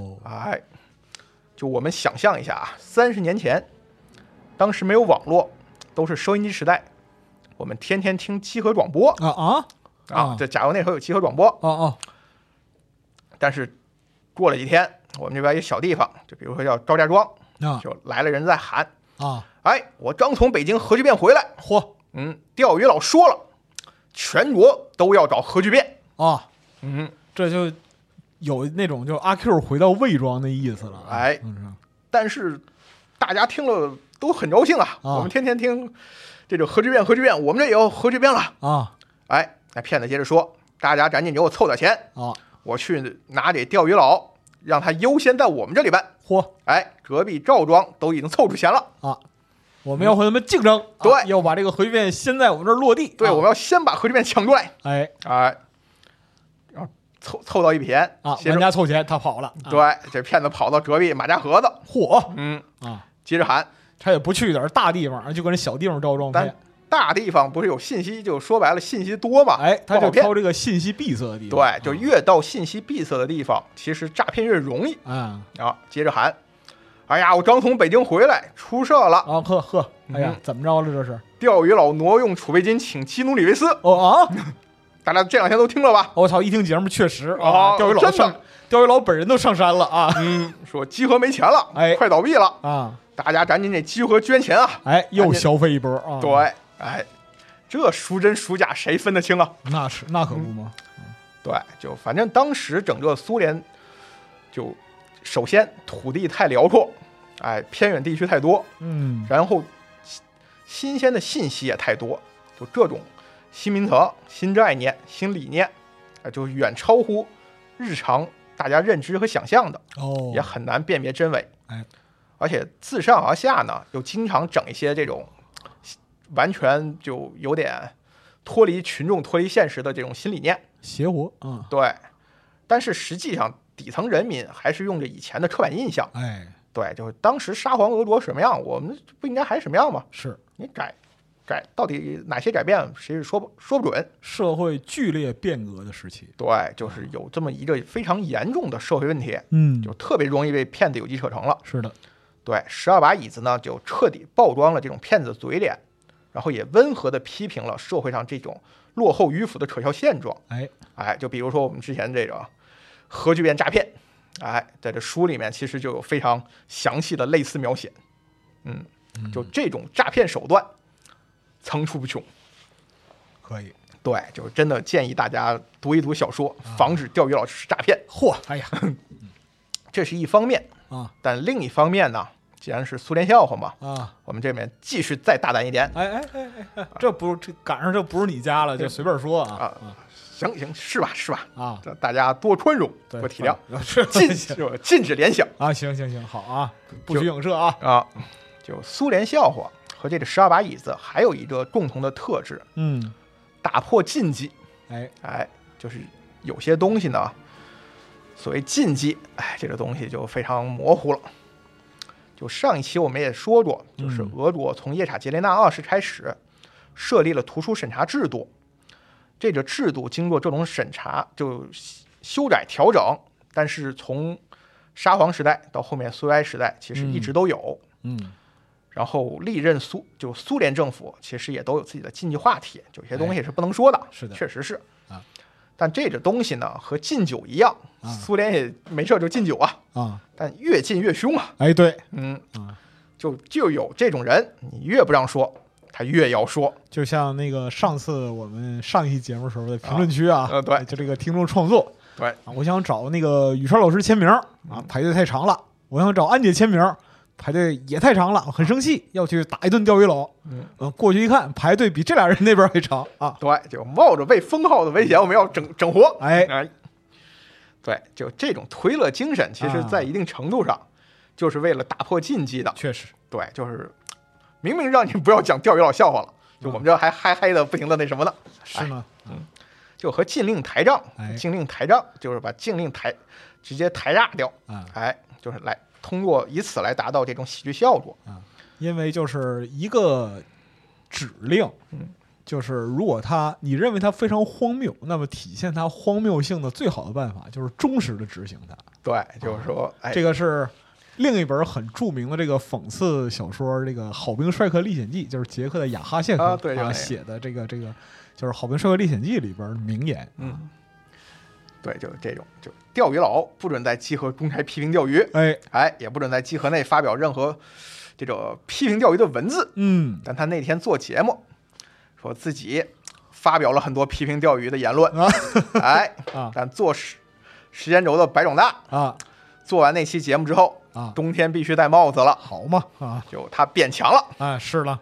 就我们想象一下啊，30年前，当时没有网络，都是收音机时代，我们天天听集合广播。就假如那时候有集合广播。但是过了几天，我们这边一小地方，就比如说叫赵家庄，就来了人在喊我刚从北京核聚变回来。钓鱼佬说了，全国都要找核聚变。 这就有那种就阿 Q 回到魏庄的意思了。 但是大家听了都很高兴啊。我们天天听这个核聚变，我们这也要核聚变了。那骗子接着说，大家赶紧给我凑点钱我去拿给钓鱼佬，让他优先在我们这里办。隔壁赵庄都已经凑出钱了我们要和他们竞争。 对， 要把这个核聚变先在我们这儿落地。 对，我们要先把核聚变抢过来。然后凑到一笔钱玩家凑钱，他跑了。 对，这骗子跑到隔壁马家河子。接着喊， 他也不去点大地方，就跟人小地方招撞骗。 大地方不是有信息，就说白了信息多嘛。 他就挑这个信息闭塞的地方。 对，就越到信息闭塞的地方，其实诈骗越容易。接着喊，我刚从北京回来，出事了。 怎么着了这是？ 钓鱼佬挪用储备金请基努里维斯。大家这2天都听了吧？ 我操！一听节目确实钓鱼佬本人都上山了说集合没钱了，快倒闭了大家赶紧给集合捐钱又消费一波对，这孰真孰假谁分得清啊？ 那可不吗？ 对，就反正当时整个苏联，就首先土地太辽阔，偏远地区太多，然后新鲜的信息也太多，就各种新名词、新概念、新理念，就远超乎日常大家认知和想象的，也很难辨别真伪。而且自上而下呢，又经常整一些这种完全就有点脱离群众、脱离现实的这种新理念， 邪乎。 对，但是实际上底层人民还是用着以前的刻板印象。对，就是当时沙皇俄国什么样，我们不应该还是什么样吗？ 是你改，到底哪些改变，谁是说不准？ 社会剧烈变革的时期， 对，就是有这么一个非常严重的社会问题，就特别容易被骗子有机可乘了。 是的， 对，十二把椅子呢就彻底曝光了这种骗子的嘴脸，然后也温和的批评了社会上这种落后迂腐的可笑现状。就比如说我们之前这个核聚变诈骗，在这书里面其实就有非常详细的类似描写。就这种诈骗手段层出不穷。 可以。 对，就是真的建议大家读一读小说，防止钓鱼老师诈骗。 哎呀， 这是一方面啊， 但另一方面呢，既然是苏联笑话嘛，我们这边继续再大胆一点。 这不是赶上这不是你家了，就随便说啊。 行，是吧啊，大家多宽容，多体谅，禁止联想啊。行，好啊，不许影射啊。 就苏联笑话和这个12把椅子还有一个共同的特质，打破禁忌。就是有些东西呢，所谓禁忌，这个东西就非常模糊了。就上一期我们也说过，就是俄国从叶卡捷琳娜2世开始设立了图书审查制度，这个制度经过这种审查就修改调整，但是从沙皇时代到后面苏维埃时代，其实一直都有。然后历任苏联政府其实也都有自己的禁忌话题，就有些东西是不能说的。 是的， 确实是啊。但这个东西呢，和禁酒一样，苏联也没事就禁酒啊。但越禁越凶啊。 对， 就有这种人，你越不让说，他越要说。 就像那个上次我们上一期节目时候的评论区对， 就这个听众创作， 对， 我想找那个宇川老师签名排队太长了；我想找安姐签名，排队也太长了，很生气，要去打一顿钓鱼佬。过去一看，排队比这俩人那边还长啊！ 对，就冒着被封号的危险，我们要整活。对，就这种推乐精神，其实在一定程度上，就是为了打破禁忌的。 确实， 对，就是明明让你不要讲钓鱼佬笑话了，就我们这还嗨的不停的那什么呢？ 是吗？ 就和禁令台账，禁令台账就是把禁令直接台炸掉。就是通过以此来达到这种喜剧效果。 因为就是一个指令，就是如果你认为它非常荒谬，那么体现它荒谬性的最好的办法就是忠实的执行它。 对，就是说， 这个是另一本很著名的这个讽刺小说《这个好兵帅克历险记》，就是捷克的雅哈谢克写的这个就是《好兵帅克历险记》里边的名言。 对，就是这种，就钓鱼佬不准在集合公开批评钓鱼，也不准在集合内发表任何这个批评钓鱼的文字。但他那天做节目，说自己发表了很多批评钓鱼的言论。但做时间轴的白种大做完那期节目之后冬天必须戴帽子了， 好嘛就他变强了是了，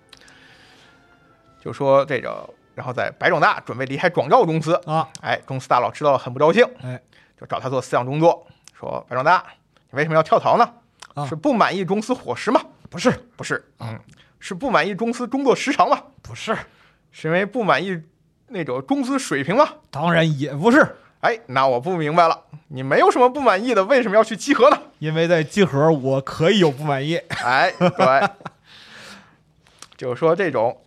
就说这个。然后在白种大准备离开广告公司公司大佬知道了很不高兴，就找他做思想工作，说白种大，你为什么要跳槽呢？是不满意公司伙食吗？不是，是不满意公司工作时长吗？不是，是因为不满意那种工资水平吗？ 当然也不是。 那我不明白了，你没有什么不满意的，为什么要去集合呢？ 因为在集合我可以有不满意。 对，就是说这种。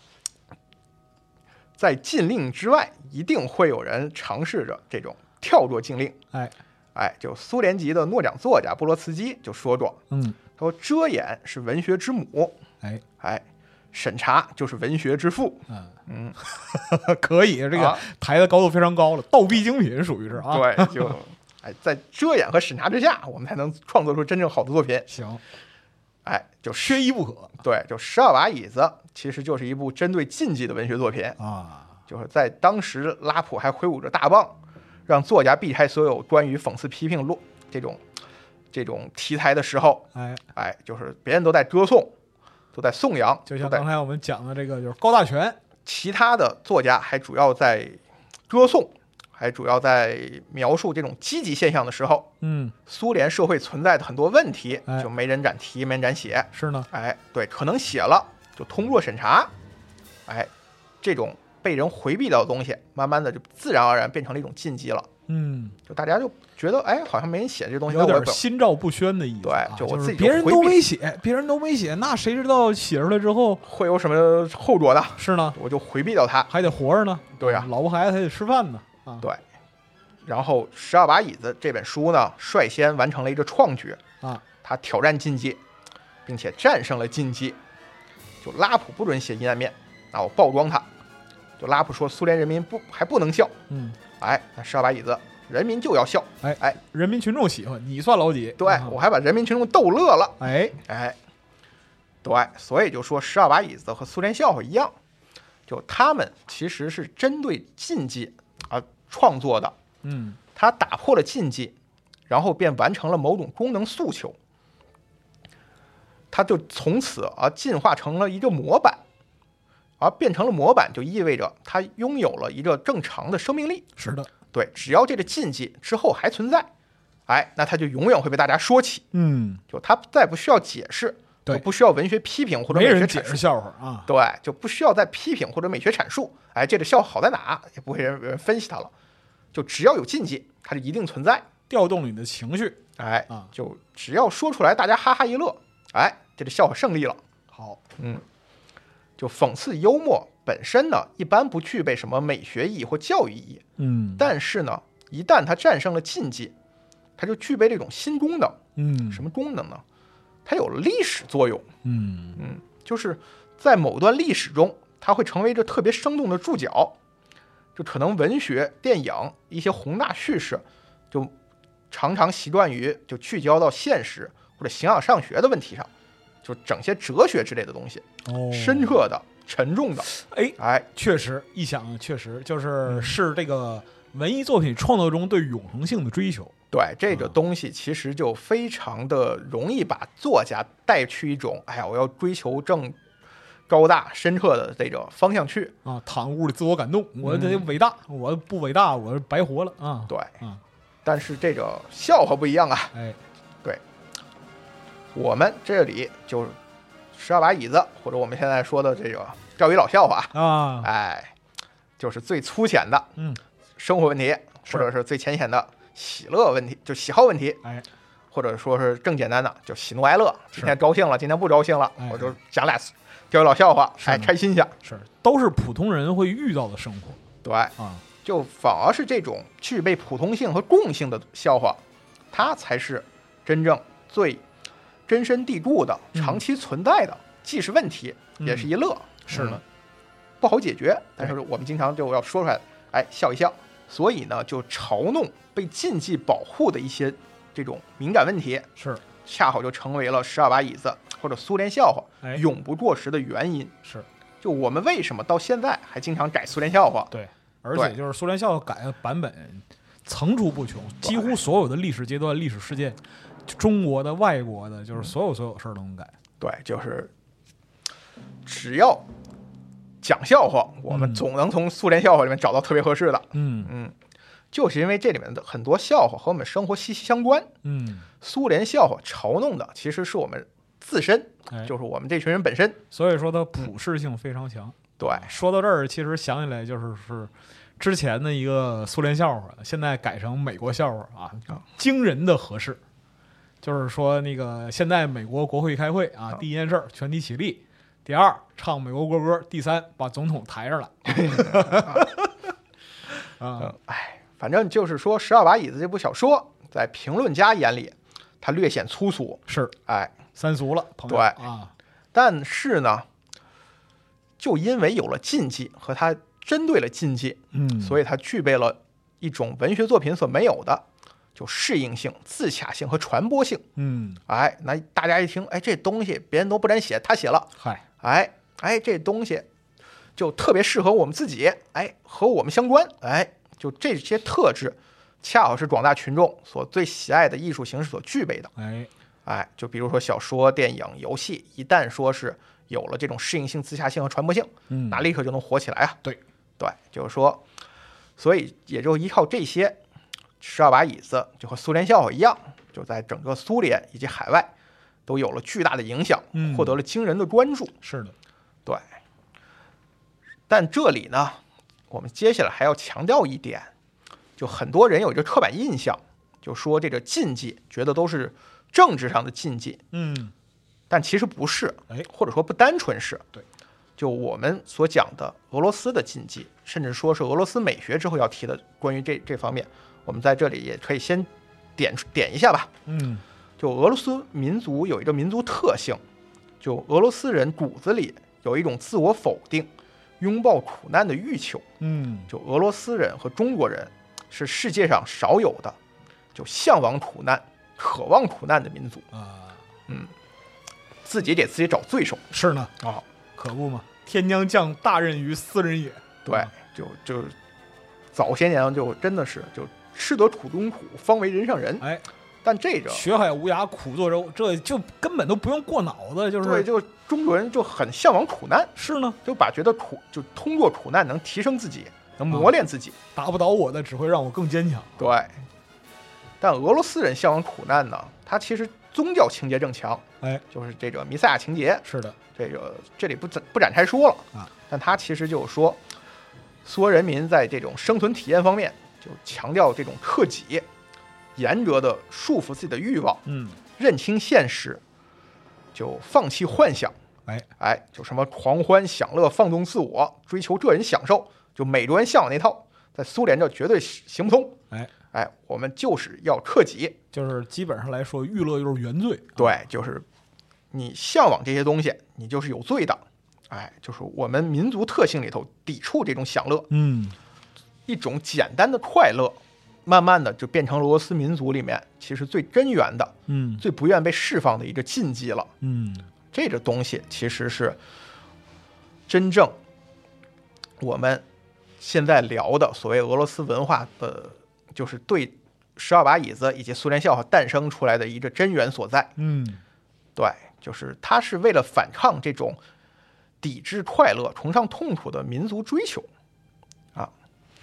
在禁令之外，一定会有人尝试着这种跳过禁令。就苏联籍的诺奖作家波罗茨基就说过，他说遮掩是文学之母，审查就是文学之父。 可以，这个抬的高度非常高了，倒逼精品属于是对，就在遮掩和审查之下，我们才能创作出真正好的作品。 行。 就缺一不可。 对，就12把椅子其实就是一部针对禁忌的文学作品就是在当时拉普还挥舞着大棒，让作家避开所有关于讽刺批评这种题材的时候，就是别人都在歌颂，都在颂扬， 就像刚才我们讲的这个就是高大全， 其他的作家还主要在歌颂，还主要在描述这种积极现象的时候，苏联社会存在的很多问题，就没人敢提，没人敢写。 是呢， 对，可能写了就通过审查，这种被人回避掉的东西，慢慢的就自然而然变成了一种禁忌了。就大家就觉得，好像没人写这东西， 有点心照不宣的意思。 对，就我自己别人都没写，那谁知道写出来之后会有什么后果呢？ 是呢， 我就回避掉它， 还得活着呢。 对呀， 老婆孩子还得吃饭呢。 对，然后《12把椅子》这本书呢，率先完成了一个创举他挑战禁忌，并且战胜了禁忌，就拉普不准写阴暗面，那我曝光他。就拉普说苏联人民还不能笑，哎，那12把椅子人民就要笑，哎， 人民群众喜欢你算老几？ 对，我还把人民群众逗乐了， 哎， 对，所以就说12把椅子和苏联笑话一样，就他们其实是针对禁忌而创作的，他打破了禁忌，然后便完成了某种功能诉求，他就从此进化成了一个模板。而变成了模板，就意味着它拥有了一个正常的生命力。 是的， 对，只要这个禁忌之后还存在，哎，那它就永远会被大家说起。就它再不需要解释， 对， 不需要文学批评或者美学阐述， 没人解释笑话啊。 对，就不需要再批评或者美学阐述。哎，这个笑话好在哪，也不会有人分析它了。就只要有禁忌，它就一定存在， 调动你的情绪。 哎，就只要说出来，大家哈哈一乐，哎，这个笑话胜利了。 好， 就讽刺幽默本身呢，一般不具备什么美学意义或教育意义。但是呢，一旦它战胜了禁忌，它就具备这种新功能。什么功能呢？它有了历史作用。就是在某段历史中，它会成为一个特别生动的注脚。就可能文学、电影一些宏大叙事，就常常习惯于就聚焦到现实或者形而上学的问题上。就整些哲学之类的东西，深刻的、沉重的，哎， 确实一想，确实是这个文艺作品创作中对永恒性的追求。 对这个东西，其实就非常的容易把作家带去一种，哎呀，我要追求更高大、深刻的这个方向去啊，躺屋里自我感动，我得伟大，我不伟大，我白活了啊。 对，但是这个笑话不一样啊，对。我们这里就12把椅子，或者我们现在说的这个钓鱼老笑话啊， 哎，就是最粗浅的生活问题，或者是最浅显的喜乐问题，就喜好问题， 哎， 或者说是更简单的就喜怒哀乐。今天高兴了，今天不高兴了，我就讲俩钓鱼老笑话，哎，开心下。 都是普通人会遇到的生活。 对就反而是这种具备普通性和共性的笑话，它才是真正最根深蒂固的、长期存在的，既是问题，也是一乐。 是的， 不好解决，但是我们经常就要说出来，哎，笑一笑。所以呢，就嘲弄被禁忌保护的一些这种敏感问题，恰好就成为了12把椅子或者苏联笑话永不过时的原因。就我们为什么到现在还经常改苏联笑话？ 对，而且就是苏联笑话改的版本层出不穷，几乎所有的历史阶段、历史事件。中国的、外国的，就是所有事儿都能改。 对，就是只要讲笑话，我们总能从苏联笑话里面找到特别合适的。就是因为这里面的很多笑话和我们生活息息相关。苏联笑话嘲弄的其实是我们自身，就是我们这群人本身， 所以说它普适性非常强。 对， 说到这儿，其实想起来是之前的一个苏联笑话，现在改成美国笑话啊，惊人的合适。就是说，那个现在美国国会开会啊，第一件事全体起立，第二唱美国国歌，第三把总统抬上来。 反正就是说，《12把椅子》这部小说，在评论家眼里，它略显粗俗， 三俗了，朋友。 对但是呢，就因为有了禁忌和它针对了禁忌，所以它具备了一种文学作品所没有的。就适应性、自洽性和传播性。那大家一听，哎，这东西别人都不敢写，他写了，这东西就特别适合我们自己，哎，和我们相关，哎，就这些特质，恰好是广大群众所最喜爱的艺术形式所具备的。就比如说小说、电影、游戏，一旦说是有了这种适应性、自洽性和传播性，那立刻就能火起来啊。 对， 就是说，所以也就依靠这些。12把椅子就和苏联笑话一样，就在整个苏联以及海外都有了巨大的影响，获得了惊人的关注。 是的， 对。但这里呢，我们接下来还要强调一点，就很多人有一个刻板印象，就说这个禁忌觉得都是政治上的禁忌，但其实不是，或者说不单纯是。 对， 就我们所讲的俄罗斯的禁忌，甚至说是俄罗斯美学之后要提的关于这方面。我们在这里也可以先点一下吧。 就俄罗斯民族有一个民族特性，就俄罗斯人骨子里有一种自我否定、拥抱苦难的欲求。就俄罗斯人和中国人是世界上少有的就向往苦难、渴望苦难的民族啊。自己给自己找罪受。 是呢啊，可不嘛，天将降大任于斯人也。 对，就早些年就真的是就吃得苦中苦，方为人上人。 哎， 但这个学海无涯苦作舟，这就根本都不用过脑子，就是对，就中国人就很向往苦难。 是呢， 就觉得就通过苦难能提升自己，能磨练自己。 打不倒我的只会让我更坚强。 对，但俄罗斯人向往苦难呢，他其实宗教情节更强。 哎， 就是这个弥赛亚情节。 是的， 这里不展开说了啊。 但他其实就是说，苏俄人民在这种生存体验方面，就强调这种克己，严格的束缚自己的欲望，认清现实，就放弃幻想。就什么狂欢享乐、放纵自我、追求个人享受，就美国人向往那套，在苏联这绝对行不通。我们就是要克己， 就是基本上来说，娱乐就是原罪。 对，就是你向往这些东西，你就是有罪的。就是我们民族特性里头抵触这种享乐，一种简单的快乐，慢慢的就变成俄罗斯民族里面其实最根源的，最不愿被释放的一个禁忌了。这个东西其实是真正我们现在聊的所谓俄罗斯文化的，就是对十二把椅子以及苏联笑话诞生出来的一个根源所在。对，就是它是为了反抗这种抵制快乐、崇尚痛苦的民族追求啊。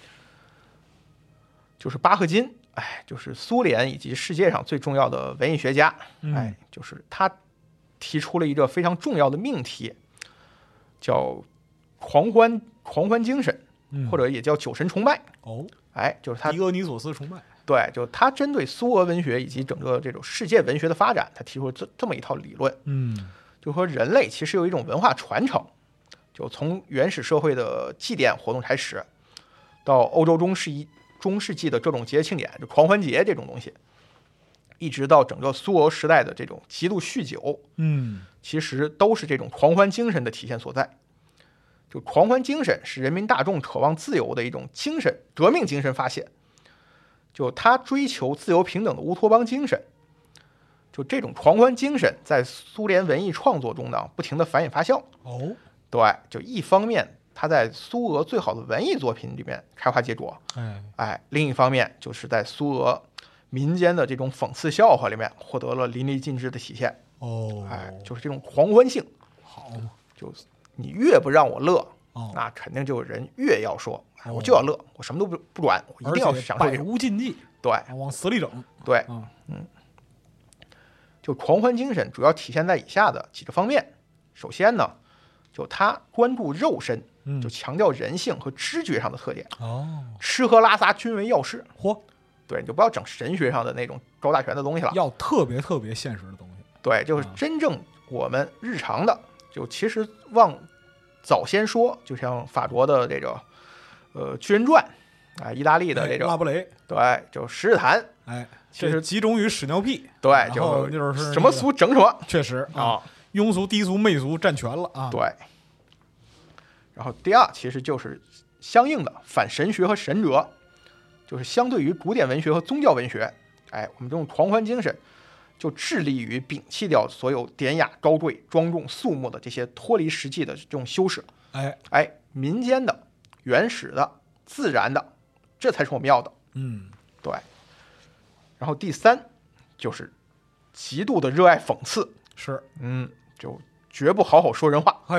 就是巴赫金，就是苏联以及世界上最重要的文艺学家，就是他提出了一个非常重要的命题，叫狂欢精神，或者也叫酒神崇拜。就是他狄俄尼索斯崇拜。 对，就他针对苏俄文学以及整个这种世界文学的发展，他提出了这么一套理论。就说人类其实有一种文化传承，就从原始社会的祭奠活动开始，到欧洲中世纪的各种节庆典，就狂欢节这种东西，一直到整个苏俄时代的这种极度酗酒，其实都是这种狂欢精神的体现所在。就狂欢精神是人民大众渴望自由的一种精神，革命精神发泄。就他追求自由平等的乌托邦精神，就这种狂欢精神在苏联文艺创作中呢，不停的繁衍发酵。对，就一方面他在苏俄最好的文艺作品里面开花结果，另一方面就是在苏俄民间的这种讽刺笑话里面获得了淋漓尽致的体现。就是这种狂欢性。 好， 就你越不让我乐，那肯定就人越要说，我就要乐，我什么都不管，我一定要享受这百无禁忌。 对， 往死里整。 对，就狂欢精神主要体现在以下的几个方面。首先呢，就他关注肉身，就强调人性和知觉上的特点。吃喝拉撒均为要事。对，你就不要整神学上的那种高大全的东西了， 要特别特别现实的东西。 对，就是真正我们日常的，就其实早先说，就像法国的这个巨人传意大利的这个拉布雷， 对，就十日谈， 其实集中于屎尿屁。 对， 就是什么俗整什么， 确实庸俗低俗媚俗占全了啊。 对。然后第二，其实就是相应的反神学和神哲，就是相对于古典文学和宗教文学，我们这种狂欢精神就致力于摒弃掉所有典雅、高贵、庄重、肃穆的这些脱离实际的这种修饰。民间的、原始的、自然的，这才是我们要的。对。然后第三，就是极度的热爱讽刺， 是， 就绝不好好说人话。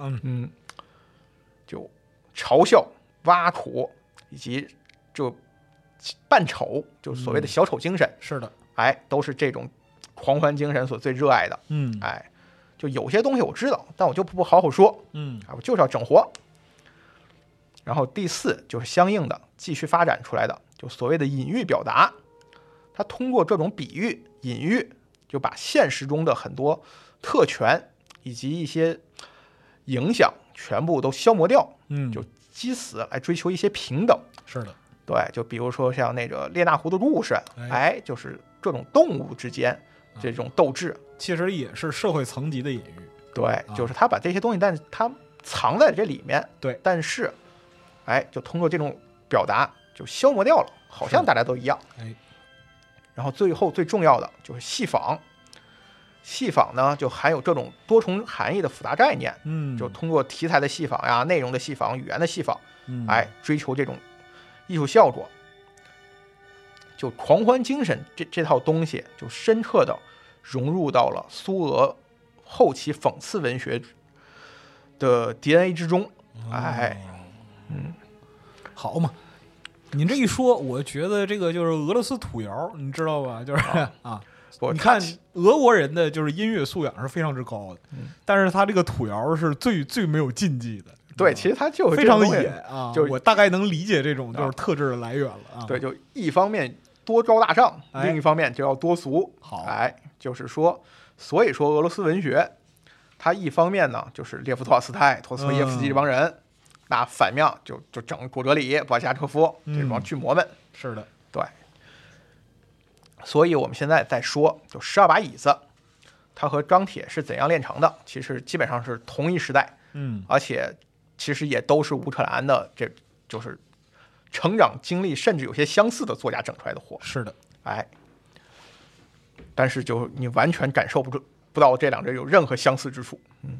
就嘲笑、挖苦以及就扮丑，就所谓的小丑精神。 是的， 都是这种狂欢精神所最热爱的。就有些东西我知道，但我就不好好说。我就是要整活。然后第四，就是相应的继续发展出来的，就所谓的隐喻表达。他通过这种比喻、隐喻，就把现实中的很多特权以及一些影响全部都消磨掉。就基此来追求一些平等。 是的， 对，就比如说像那个列那狐的故事，就是各种动物之间这种斗志， 其实也是社会层级的隐喻。 对，就是他把这些东西，但是他藏在这里面， 对， 但是，就通过这种表达就消磨掉了，好像大家都一样，然后最后最重要的就是戏仿，戏仿呢就含有这种多重含义的复杂概念，就通过题材的戏仿呀、内容的戏仿、语言的戏仿，追求这种艺术效果。就狂欢精神这套东西，就深刻的融入到了苏俄后期讽刺文学的 DNA 之中。 好嘛，你这一说，我觉得这个就是俄罗斯土窑，你知道吧？就是你看俄国人的就是音乐素养是非常之高的，但是他这个土窑是最没有禁忌的。 对，其实他就是非常野啊， 就我大概能理解这种就是特质的来源了啊。 对，就一方面多高大上，另一方面就要多俗。 好， 就是说，所以说俄罗斯文学，它一方面呢就是列夫·托尔斯泰、陀思妥耶夫斯基这帮人，那反面就整果戈里、布加车夫这帮巨魔们。 是的， 对。所以我们现在在说，就12把椅子，它和钢铁是怎样炼成的，其实基本上是同一时代。而且其实也都是乌克兰的，这就是成长经历甚至有些相似的作家整出来的货。 是的， 但是就你完全感受不到这两者有任何相似之处。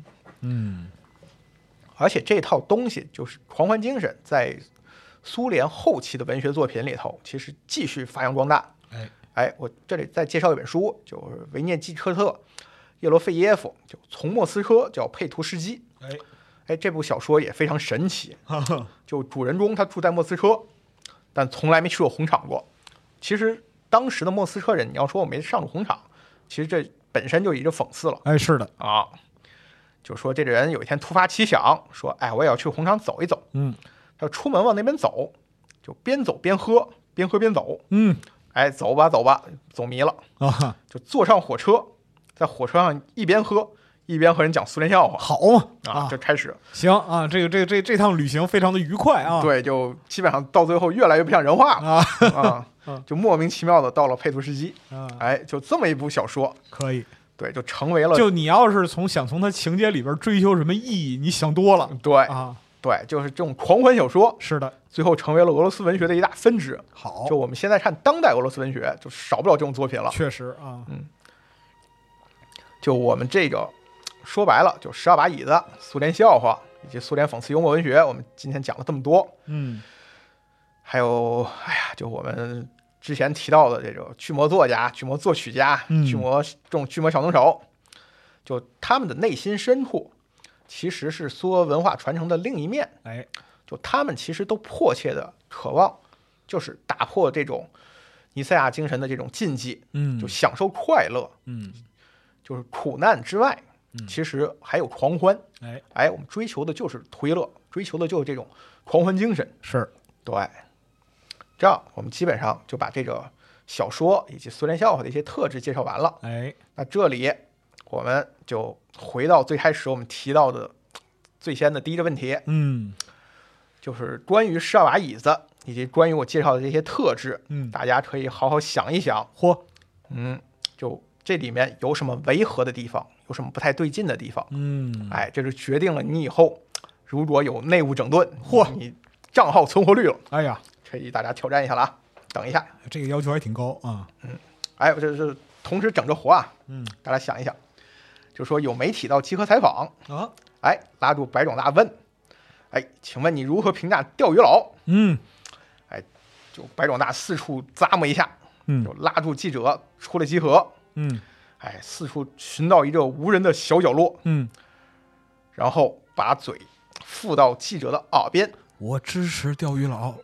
而且这套东西就是狂欢精神，在苏联后期的文学作品里头，其实继续发扬光大。我这里再介绍一本书，就是维涅季科特、叶罗费耶夫，就从莫斯科叫佩图斯基。这部小说也非常神奇，就主人公他住在莫斯科，但从来没去过红场过。其实当时的莫斯科人，你要说我没上过红场，其实这本身就已经讽刺了。 是的啊，就说这个人有一天突发奇想，说我也要去红场走一走。他出门往那边走，就边走边喝，边喝边走。走吧走吧，走迷了就坐上火车，在火车上一边喝一边和人讲苏联笑话。 好嘛就开始行啊，这趟旅行非常的愉快啊。 对，就基本上到最后越来越不像人话了就莫名其妙的到了佩图斯基。就这么一部小说可以。 对，就成为了， 就你要是想从他情节里边追求什么意义，你想多了。 对，就是这种狂欢小说， 是的， 最后成为了俄罗斯文学的一大分支。 好， 就我们现在看当代俄罗斯文学，就少不了这种作品了。 确实啊， 就我们这个说白了，就12把椅子、苏联笑话以及苏联讽刺幽默文学，我们今天讲了这么多。还有，就我们之前提到的这种巨魔作家、巨魔作曲家、巨魔小能手，就他们的内心深处，其实是苏俄文化传承的另一面。就他们其实都迫切的渴望，就是打破这种尼塞亚精神的这种禁忌，就享受快乐，就是苦难之外，其实还有狂欢。我们追求的就是推乐，追求的就是这种狂欢精神。 是， 对。这样我们基本上就把这个小说以及苏联笑话的一些特质介绍完了。那这里我们就回到最开始我们提到的最先的第一个问题，就是关于12把椅子以及关于我介绍的这些特质，大家可以好好想一想。就这里面有什么违和的地方，有什么不太对劲的地方？这是决定了你以后如果有内务整顿，你账号存活率了。可以大家挑战一下了啊！等一下， 这个要求还挺高啊。 我这是同时整着活啊。大家想一想，就说有媒体到集合采访啊， 拉住白壮大问，请问你如何评价钓鱼佬？就白壮大四处咂摸一下，就拉住记者出了集合，四处寻到一个无人的小角落，然后把嘴附到记者的耳边。 我支持钓鱼佬。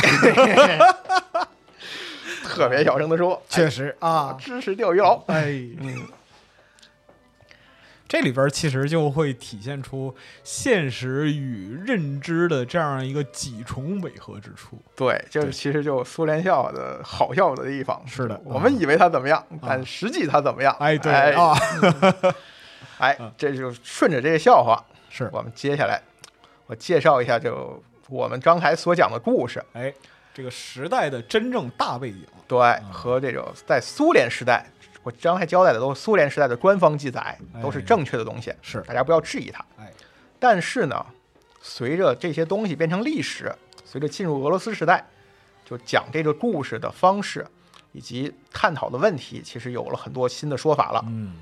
特别小声的说， 确实啊， 支持钓鱼佬。 这里边其实就会体现出现实与认知的这样一个几重违和之处。 对，就是其实就苏联笑的好笑的地方。 是的， 我们以为他怎么样，但实际他怎么样？这就顺着这个笑话， 是我们接下来我介绍一下就我们刚才所讲的故事。 这个时代的真正大背景。 对，和这个在苏联时代， 我刚才交代的都是苏联时代的官方记载，都是正确的东西， 是大家不要质疑它。但是呢，随着这些东西变成历史，随着进入俄罗斯时代，就讲这个故事的方式以及探讨的问题，其实有了很多新的说法了。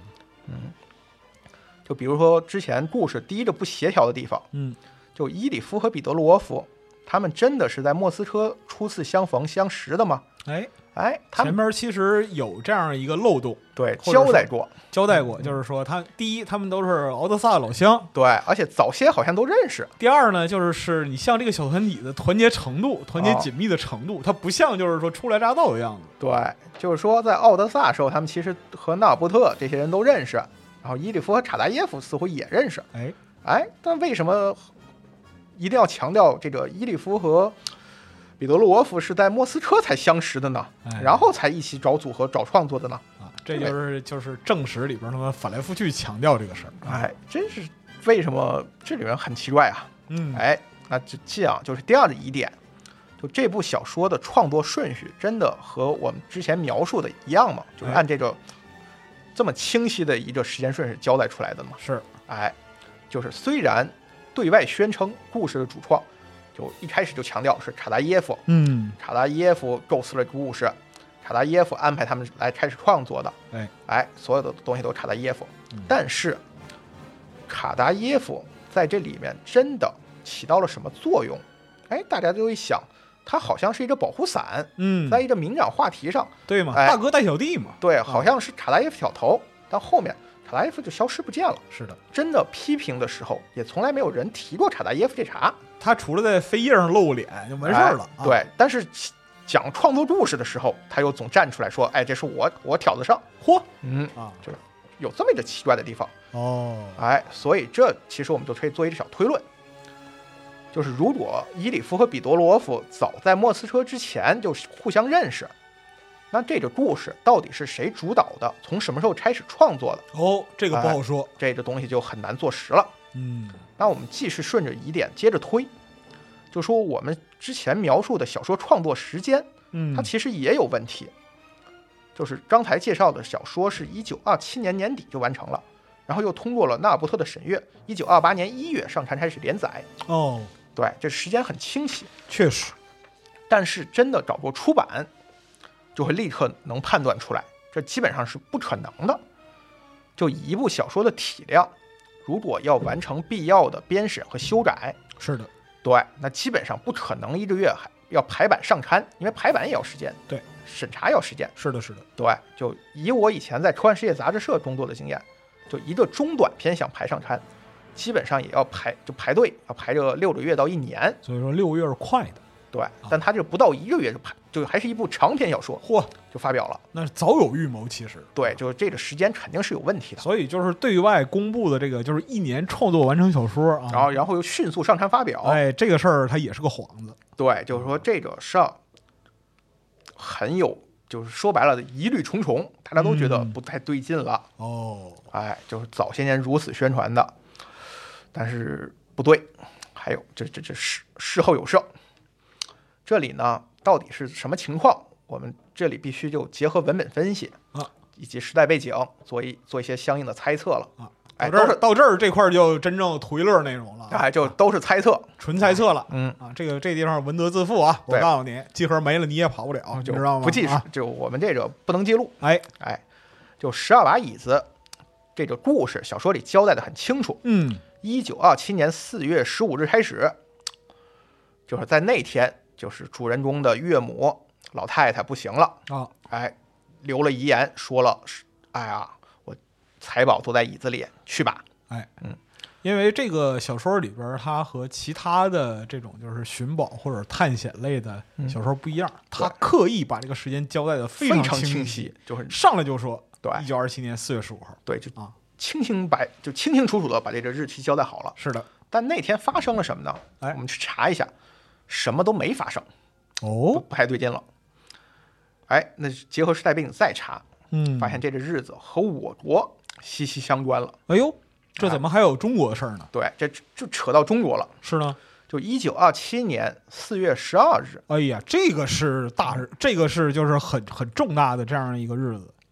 就比如说之前故事第一个不协调的地方，就伊里夫和彼得罗夫他们真的是在莫斯科初次相逢相识的吗？ 前面其实有这样一个漏洞， 对，交代过， 就是说第一，他们都是敖德萨老乡， 对，而且早些好像都认识。 第二呢，就是你像这个小团体的团结程度、团结紧密的程度，它不像就是说初来乍到的样子。 对，就是说在奥德萨的时候，他们其实和纳尔波特这些人都认识，然后伊里夫和查达耶夫似乎也认识。但为什么一定要强调这个伊里夫和彼得罗夫是在莫斯科才相识的呢？然后才一起找组合、找创作的呢？ 这就是正史里边他们反来覆去强调这个事儿。 真是为什么这里面很奇怪啊？那这样就是第二个疑点，就这部小说的创作顺序真的和我们之前描述的一样吗？就是按这个这么清晰的一个时间顺序交代出来的吗？ 是， 就是虽然对外宣称故事的主创就一开始就强调是查达耶夫，查达耶夫构思了故事，查达耶夫安排他们来开始创作的，所有的东西都是查达耶夫。但是查达耶夫在这里面真的起到了什么作用？大家都一想，他好像是一个保护伞，在一个民长话题上， 对吗？大哥带小弟嘛， 对，好像是查达耶夫挑头，但后面查达耶夫就消失不见了。 是的， 真的批评的时候，也从来没有人提过查达耶夫这茬。 他除了在扉页上露脸就完事儿了。 对，但是讲创作故事的时候，他又总站出来说：“这是我挑得上。”就是有这么一个奇怪的地方。所以这其实我们就可以做一个小推论，就是如果伊里夫和彼得罗夫早在莫斯科之前就互相认识，那这个故事到底是谁主导的？从什么时候开始创作的？ 这个不好说， 这个东西就很难坐实了。那我们继续顺着疑点接着推，就说我们之前描述的小说创作时间，它其实也有问题。就是刚才介绍的小说是1927年年底就完成了，然后又通过了纳尔伯特的审阅，1928年1月上刊开始连载。对，这时间很清晰， 确实。 但是真的找过出版，就会立刻能判断出来，这基本上是不可能的。就以一部小说的体量，如果要完成必要的编审和修改， 是的， 对，那基本上不可能1个月还要排版上刊，因为排版也要时间， 对， 审查要时间。 是的，是的， 对，就以我以前在科幻世界杂志社工作的经验，就一个中短篇想排上刊，基本上也要排队，要排着6个月到1年。 所以说6个月是快的。 对，但他这不到1个月就还是一部长篇小说，就发表了， 那是早有预谋。其实对，就是这个时间肯定是有问题的。 所以就是对外公布的这个就是1年创作完成小说啊， 然后又迅速上刊发表， 这个事儿它也是个幌子。 对，就是说这个上很有，就是说白了疑虑重重，大家都觉得不太对劲了。就是早些年如此宣传的，但是不对，还有这事后有涉。这里呢，到底是什么情况？我们这里必须就结合文本分析以及时代背景，做一些相应的猜测了到这儿这块就真正图一乐内容了就都是猜测， 纯猜测了。这地方文德自负啊！我告诉你，集合没了你也跑不了，你知道吗？ 不记实，就我们这个不能记录。就12把椅子这个故事小说里交代的很清楚。1927年4月15日开始，就是在那天。就是主人公的岳母老太太不行了留了遗言，说了我财宝都在椅子里，去吧。 因为这个小说里边它和其他的这种就是寻宝或者探险类的小说不一样，它刻意把这个时间交代的非常清晰， 就是上来就说对 1927年4月15号， 对，就清清楚楚的把这个日期交代好了。 是的， 但那天发生了什么呢？我们去查一下。什么都没发生，不太对劲了。那结合时代背景再查，发现这个日子和我国息息相关了。 这怎么还有中国的事儿呢？ 对，这就扯到中国了。 是呢， 就1927年4月12日。 这个是大日，这个是就是很重大的这样一个日子。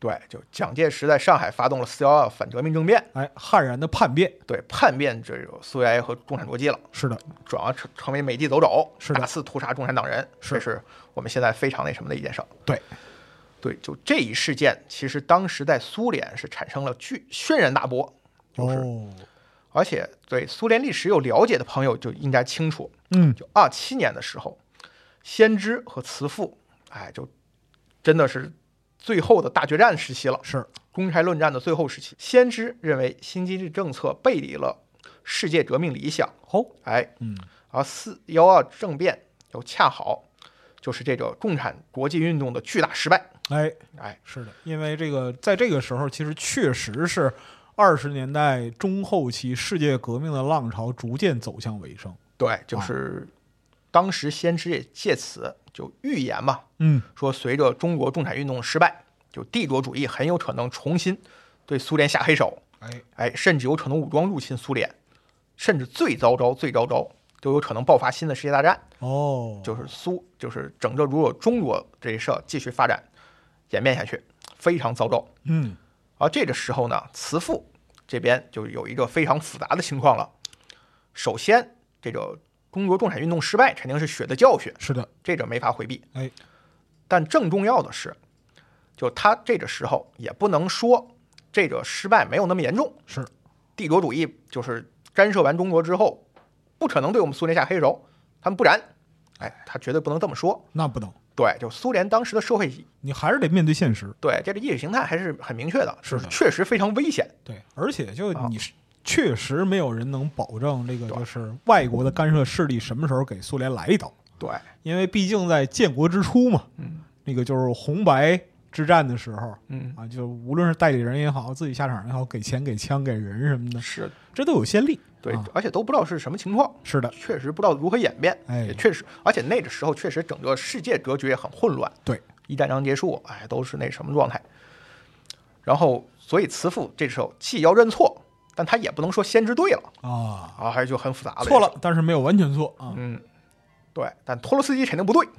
对，就蒋介石在上海发动了4·11反革命政变， 悍然的叛变， 对，叛变这个苏维埃和共产国际了。 是的， 转而成为美帝走肘， 是的， 大肆屠杀共产党人，这是我们现在非常那什么的一件事。对，就这一事件，其实当时在苏联是产生了轩然大波，而且对苏联历史有了解的朋友就应该清楚，就27年的时候，先知和慈父，就真的是最后的大决战时期了， 是公开论战的最后时期。先知认为新经济政策背离了世界革命理想，而4·11政变又恰好就是这个共产国际运动的巨大失败。 是的，因为在这个时候，其实确实是20年代中后期世界革命的浪潮逐渐走向尾声。 对，就是当时先知也借此就预言嘛，说随着中国共产运动的失败，就帝国主义很有可能重新对苏联下黑手，甚至有可能武装入侵苏联，甚至最糟糕都有可能爆发新的世界大战。就是整个如果中国这一事继续发展演变下去，非常糟糕。而这个时候呢，慈父这边就有一个非常复杂的情况了。首先，这个中国共产运动失败肯定是血的教训， 是的， 这个没法回避。但更重要的是，就他这个时候也不能说这个失败没有那么严重。 是， 帝国主义就是干涉完中国之后，不可能对我们苏联下黑手，他们不然。他绝对不能这么说， 那不能。 对，就苏联当时的社会， 你还是得面对现实。 对，这个意识形态还是很明确的， 是的， 确实非常危险。 对，而且就你确实没有人能保证这个就是外国的干涉势力什么时候给苏联来一刀。 对， 因为毕竟在建国之初嘛，那个就是红白之战的时候，就无论是代理人也好，自己下场也好，给钱、给枪、给人什么的， 是这都有先例。 对，而且都不知道是什么情况。 是的， 确实不知道如何演变。也确实，而且那个时候确实整个世界格局也很混乱。 对， 一战刚结束，都是那什么状态。然后，所以慈父这时候既要认错，但他也不能说先知对了还就很复杂了。 错了，但是没有完全错啊。 对，但托洛斯基肯定不对。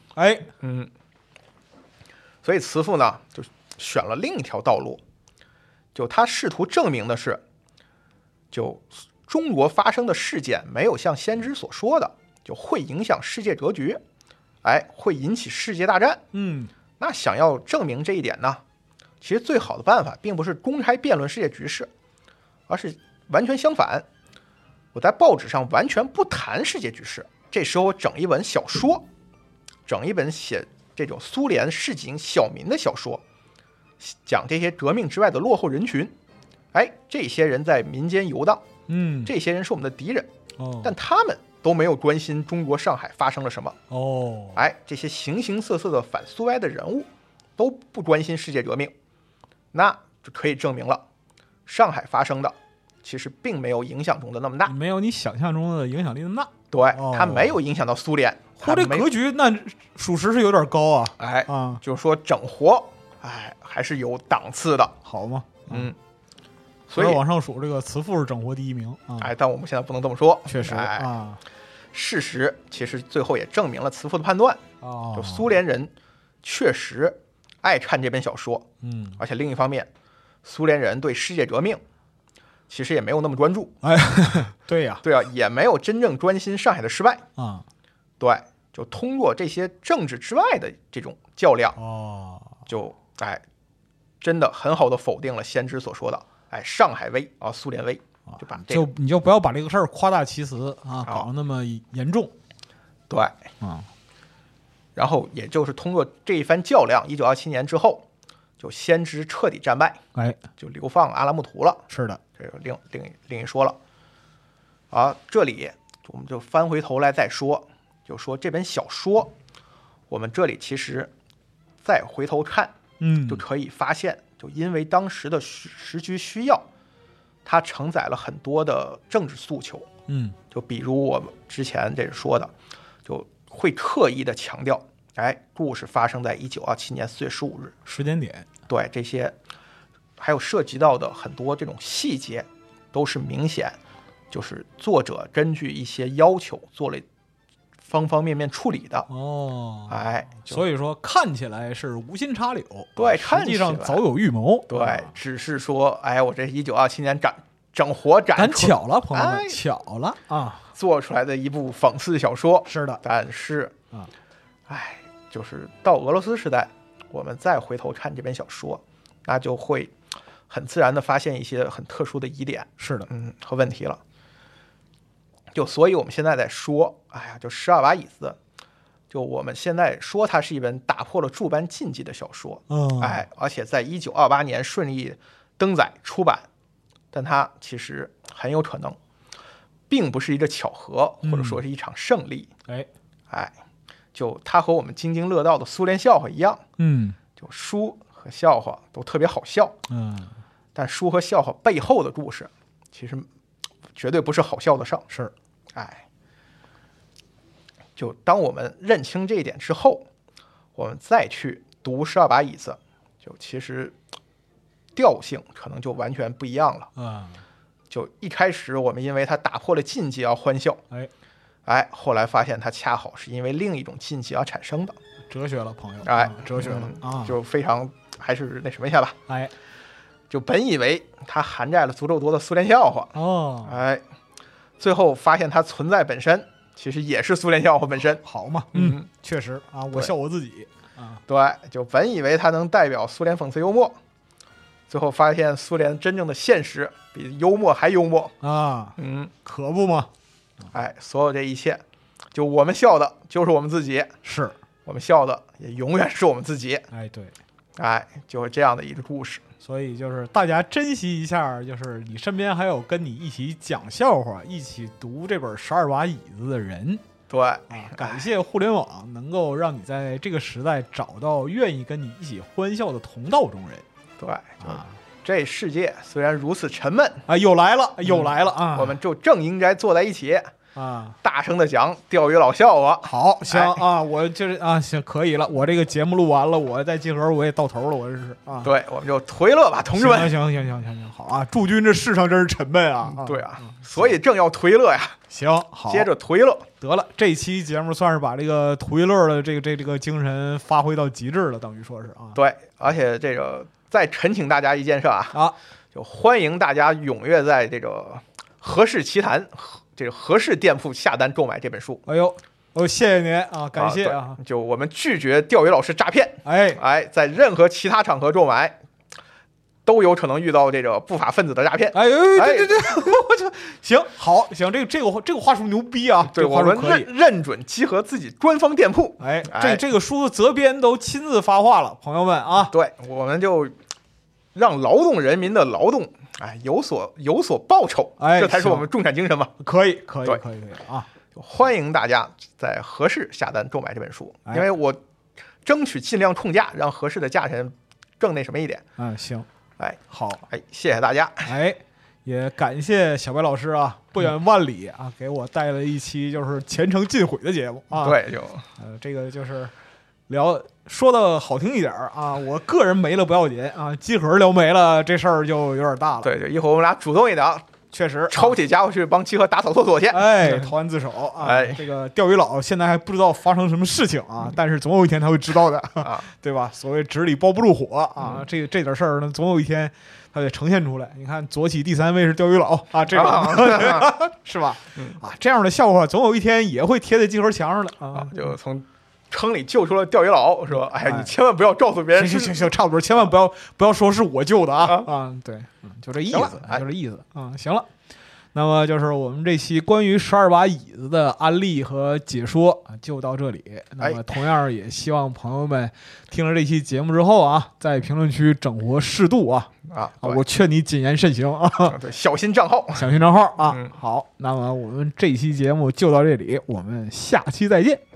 所以慈父呢就选了另一条道路，就他试图证明的是，就中国发生的事件没有像先知所说的就会影响世界格局，会引起世界大战。那想要证明这一点呢，其实最好的办法并不是公开辩论世界局势，而是完全相反，我在报纸上完全不谈世界局势，这时候我整一本小说，整一本写这种苏联市井小民的小说，讲这些革命之外的落后人群。这些人在民间游荡，这些人是我们的敌人，但他们都没有关心中国上海发生了什么。这些形形色色的反苏维埃的人物都不关心世界革命，那就可以证明了，上海发生的其实并没有影响中的那么大， 没有你想象中的影响力那么大。 对，它没有影响到苏联。 这格局那属实是有点高啊。 就是说整活，还是有档次的， 好吗？ 所以往上数，这个慈父是整活第一名但我们现在不能这么说， 确实事实其实最后也证明了慈父的判断。就苏联人确实爱看这本小说，而且另一方面，苏联人对世界革命其实也没有那么专注。 对呀， 也没有真正关心上海的失败对，就通过这些政治之外的这种较量就真的很好的否定了先知所说的上海危苏联危，就把你就不要把这个事儿夸大其词搞得那么严重。 对然后也就是通过这一番较量，1927年之后，就先知彻底战败，就流放阿拉木图了。 是的， 这个另一说了这里我们就翻回头来再说，就说这本小说，我们这里其实再回头看，就可以发现，就因为当时的时局需要，它承载了很多的政治诉求。就比如我们之前这说的，就会刻意的强调，故事发生在1927年4月15日， 时间点。 对，这些还有涉及到的很多这种细节，都是明显就是作者根据一些要求做了方方面面处理的。 所以说看起来是无心插柳， 对， 实际上早有预谋。 对，只是说，我这1927年整活展巧了，朋友们，巧了啊！ 做出来的一部讽刺小说。 是的， 但是就是到俄罗斯时代，我们再回头看这本小说，那就会很自然的发现一些很特殊的疑点。 是的， 和问题了。所以我们现在在说，就十二把椅子，就我们现在说它是一本打破了诸般禁忌的小说。而且在1928年顺利登载出版，但它其实很有可能并不是一个巧合，或者说是一场胜利。就它和我们津津乐道的苏联笑话一样，就书和笑话都特别好笑，但书和笑话背后的故事，其实绝对不是好笑的上。 是， 就当我们认清这一点之后，我们再去读十二把椅子，就其实调性可能就完全不一样了。就一开始我们因为它打破了禁忌而欢笑，后来发现它恰好是因为另一种禁忌而产生的。 哲学了，朋友，哲学了就非常还是那什么一下吧。就本以为它含债了足够多的苏联笑话，最后发现它存在本身其实也是苏联笑话本身。 好嘛，确实我笑我自己对，就本以为它能代表苏联讽刺幽默，最后发现苏联真正的现实比幽默还幽默可不嘛。 所有这一切，就我们笑的就是我们自己， 是我们笑的也永远是我们自己。 对， 就是这样的一个故事。 所以就是大家珍惜一下，就是你身边还有跟你一起讲笑话、一起读这本十二把椅子的人。 对感谢互联网能够让你在这个时代找到愿意跟你一起欢笑的同道中人。 对这世界虽然如此沉闷又来了我们就正应该坐在一起大声的讲钓鱼佬笑话。 好，行我就是行，可以了。我这个节目录完了，我在集合我也到头了，我这是对，我们就推乐吧，同志们。 行，好驻军这世上真是沉闷对所以正要推乐呀。 行，好， 接着推乐得了。这期节目算是把这个推乐的这个精神发挥到极致了，等于说是对，而且这个再恳请大家一件事就欢迎大家踊跃在这个和氏奇谈这个和氏店铺下单购买这本书。 谢谢您感谢就我们拒绝钓鱼老师诈骗。在任何其他场合购买都有可能遇到这个不法分子的诈骗。 对，我就行，这个话术牛逼对，我们认准集合自己官方店铺。 这个书的责编都亲自发话了，朋友们对，我们就让劳动人民的劳动有所报酬，这才是我们共产精神嘛。 可以欢迎大家在和氏下单购买这本书，因为我争取尽量控价，让和氏的价钱更那什么一点。 行，好， 谢谢大家。 也感谢小白老师不远万里给我带来一期就是前程尽毁的节目对， 这个就是说的好听一点我个人没了不要紧集合聊没了这事儿就有点大了。 对，就一会儿我们俩主动一点确实抄起家伙去帮集合打扫厕所去。 投案自首这个钓鱼佬现在还不知道发生什么事情但是总有一天他会知道的对吧？所谓纸里包不住火这点事儿呢，总有一天他得呈现出来。你看左起第3位是钓鱼佬这种是吧？这样的笑话总有一天也会贴在集合墙上的就从坑里救出了钓鱼佬，说你千万不要告诉别人。 行，差不多，千万不要说是我救的对，就这意思，就这意思行了。那么就是我们这期关于12把椅子的案例和解说就到这里。那么同样也希望朋友们听了这期节目之后在评论区整活适度我劝你谨言慎行对，小心账号好，那么我们这期节目就到这里，我们下期再见。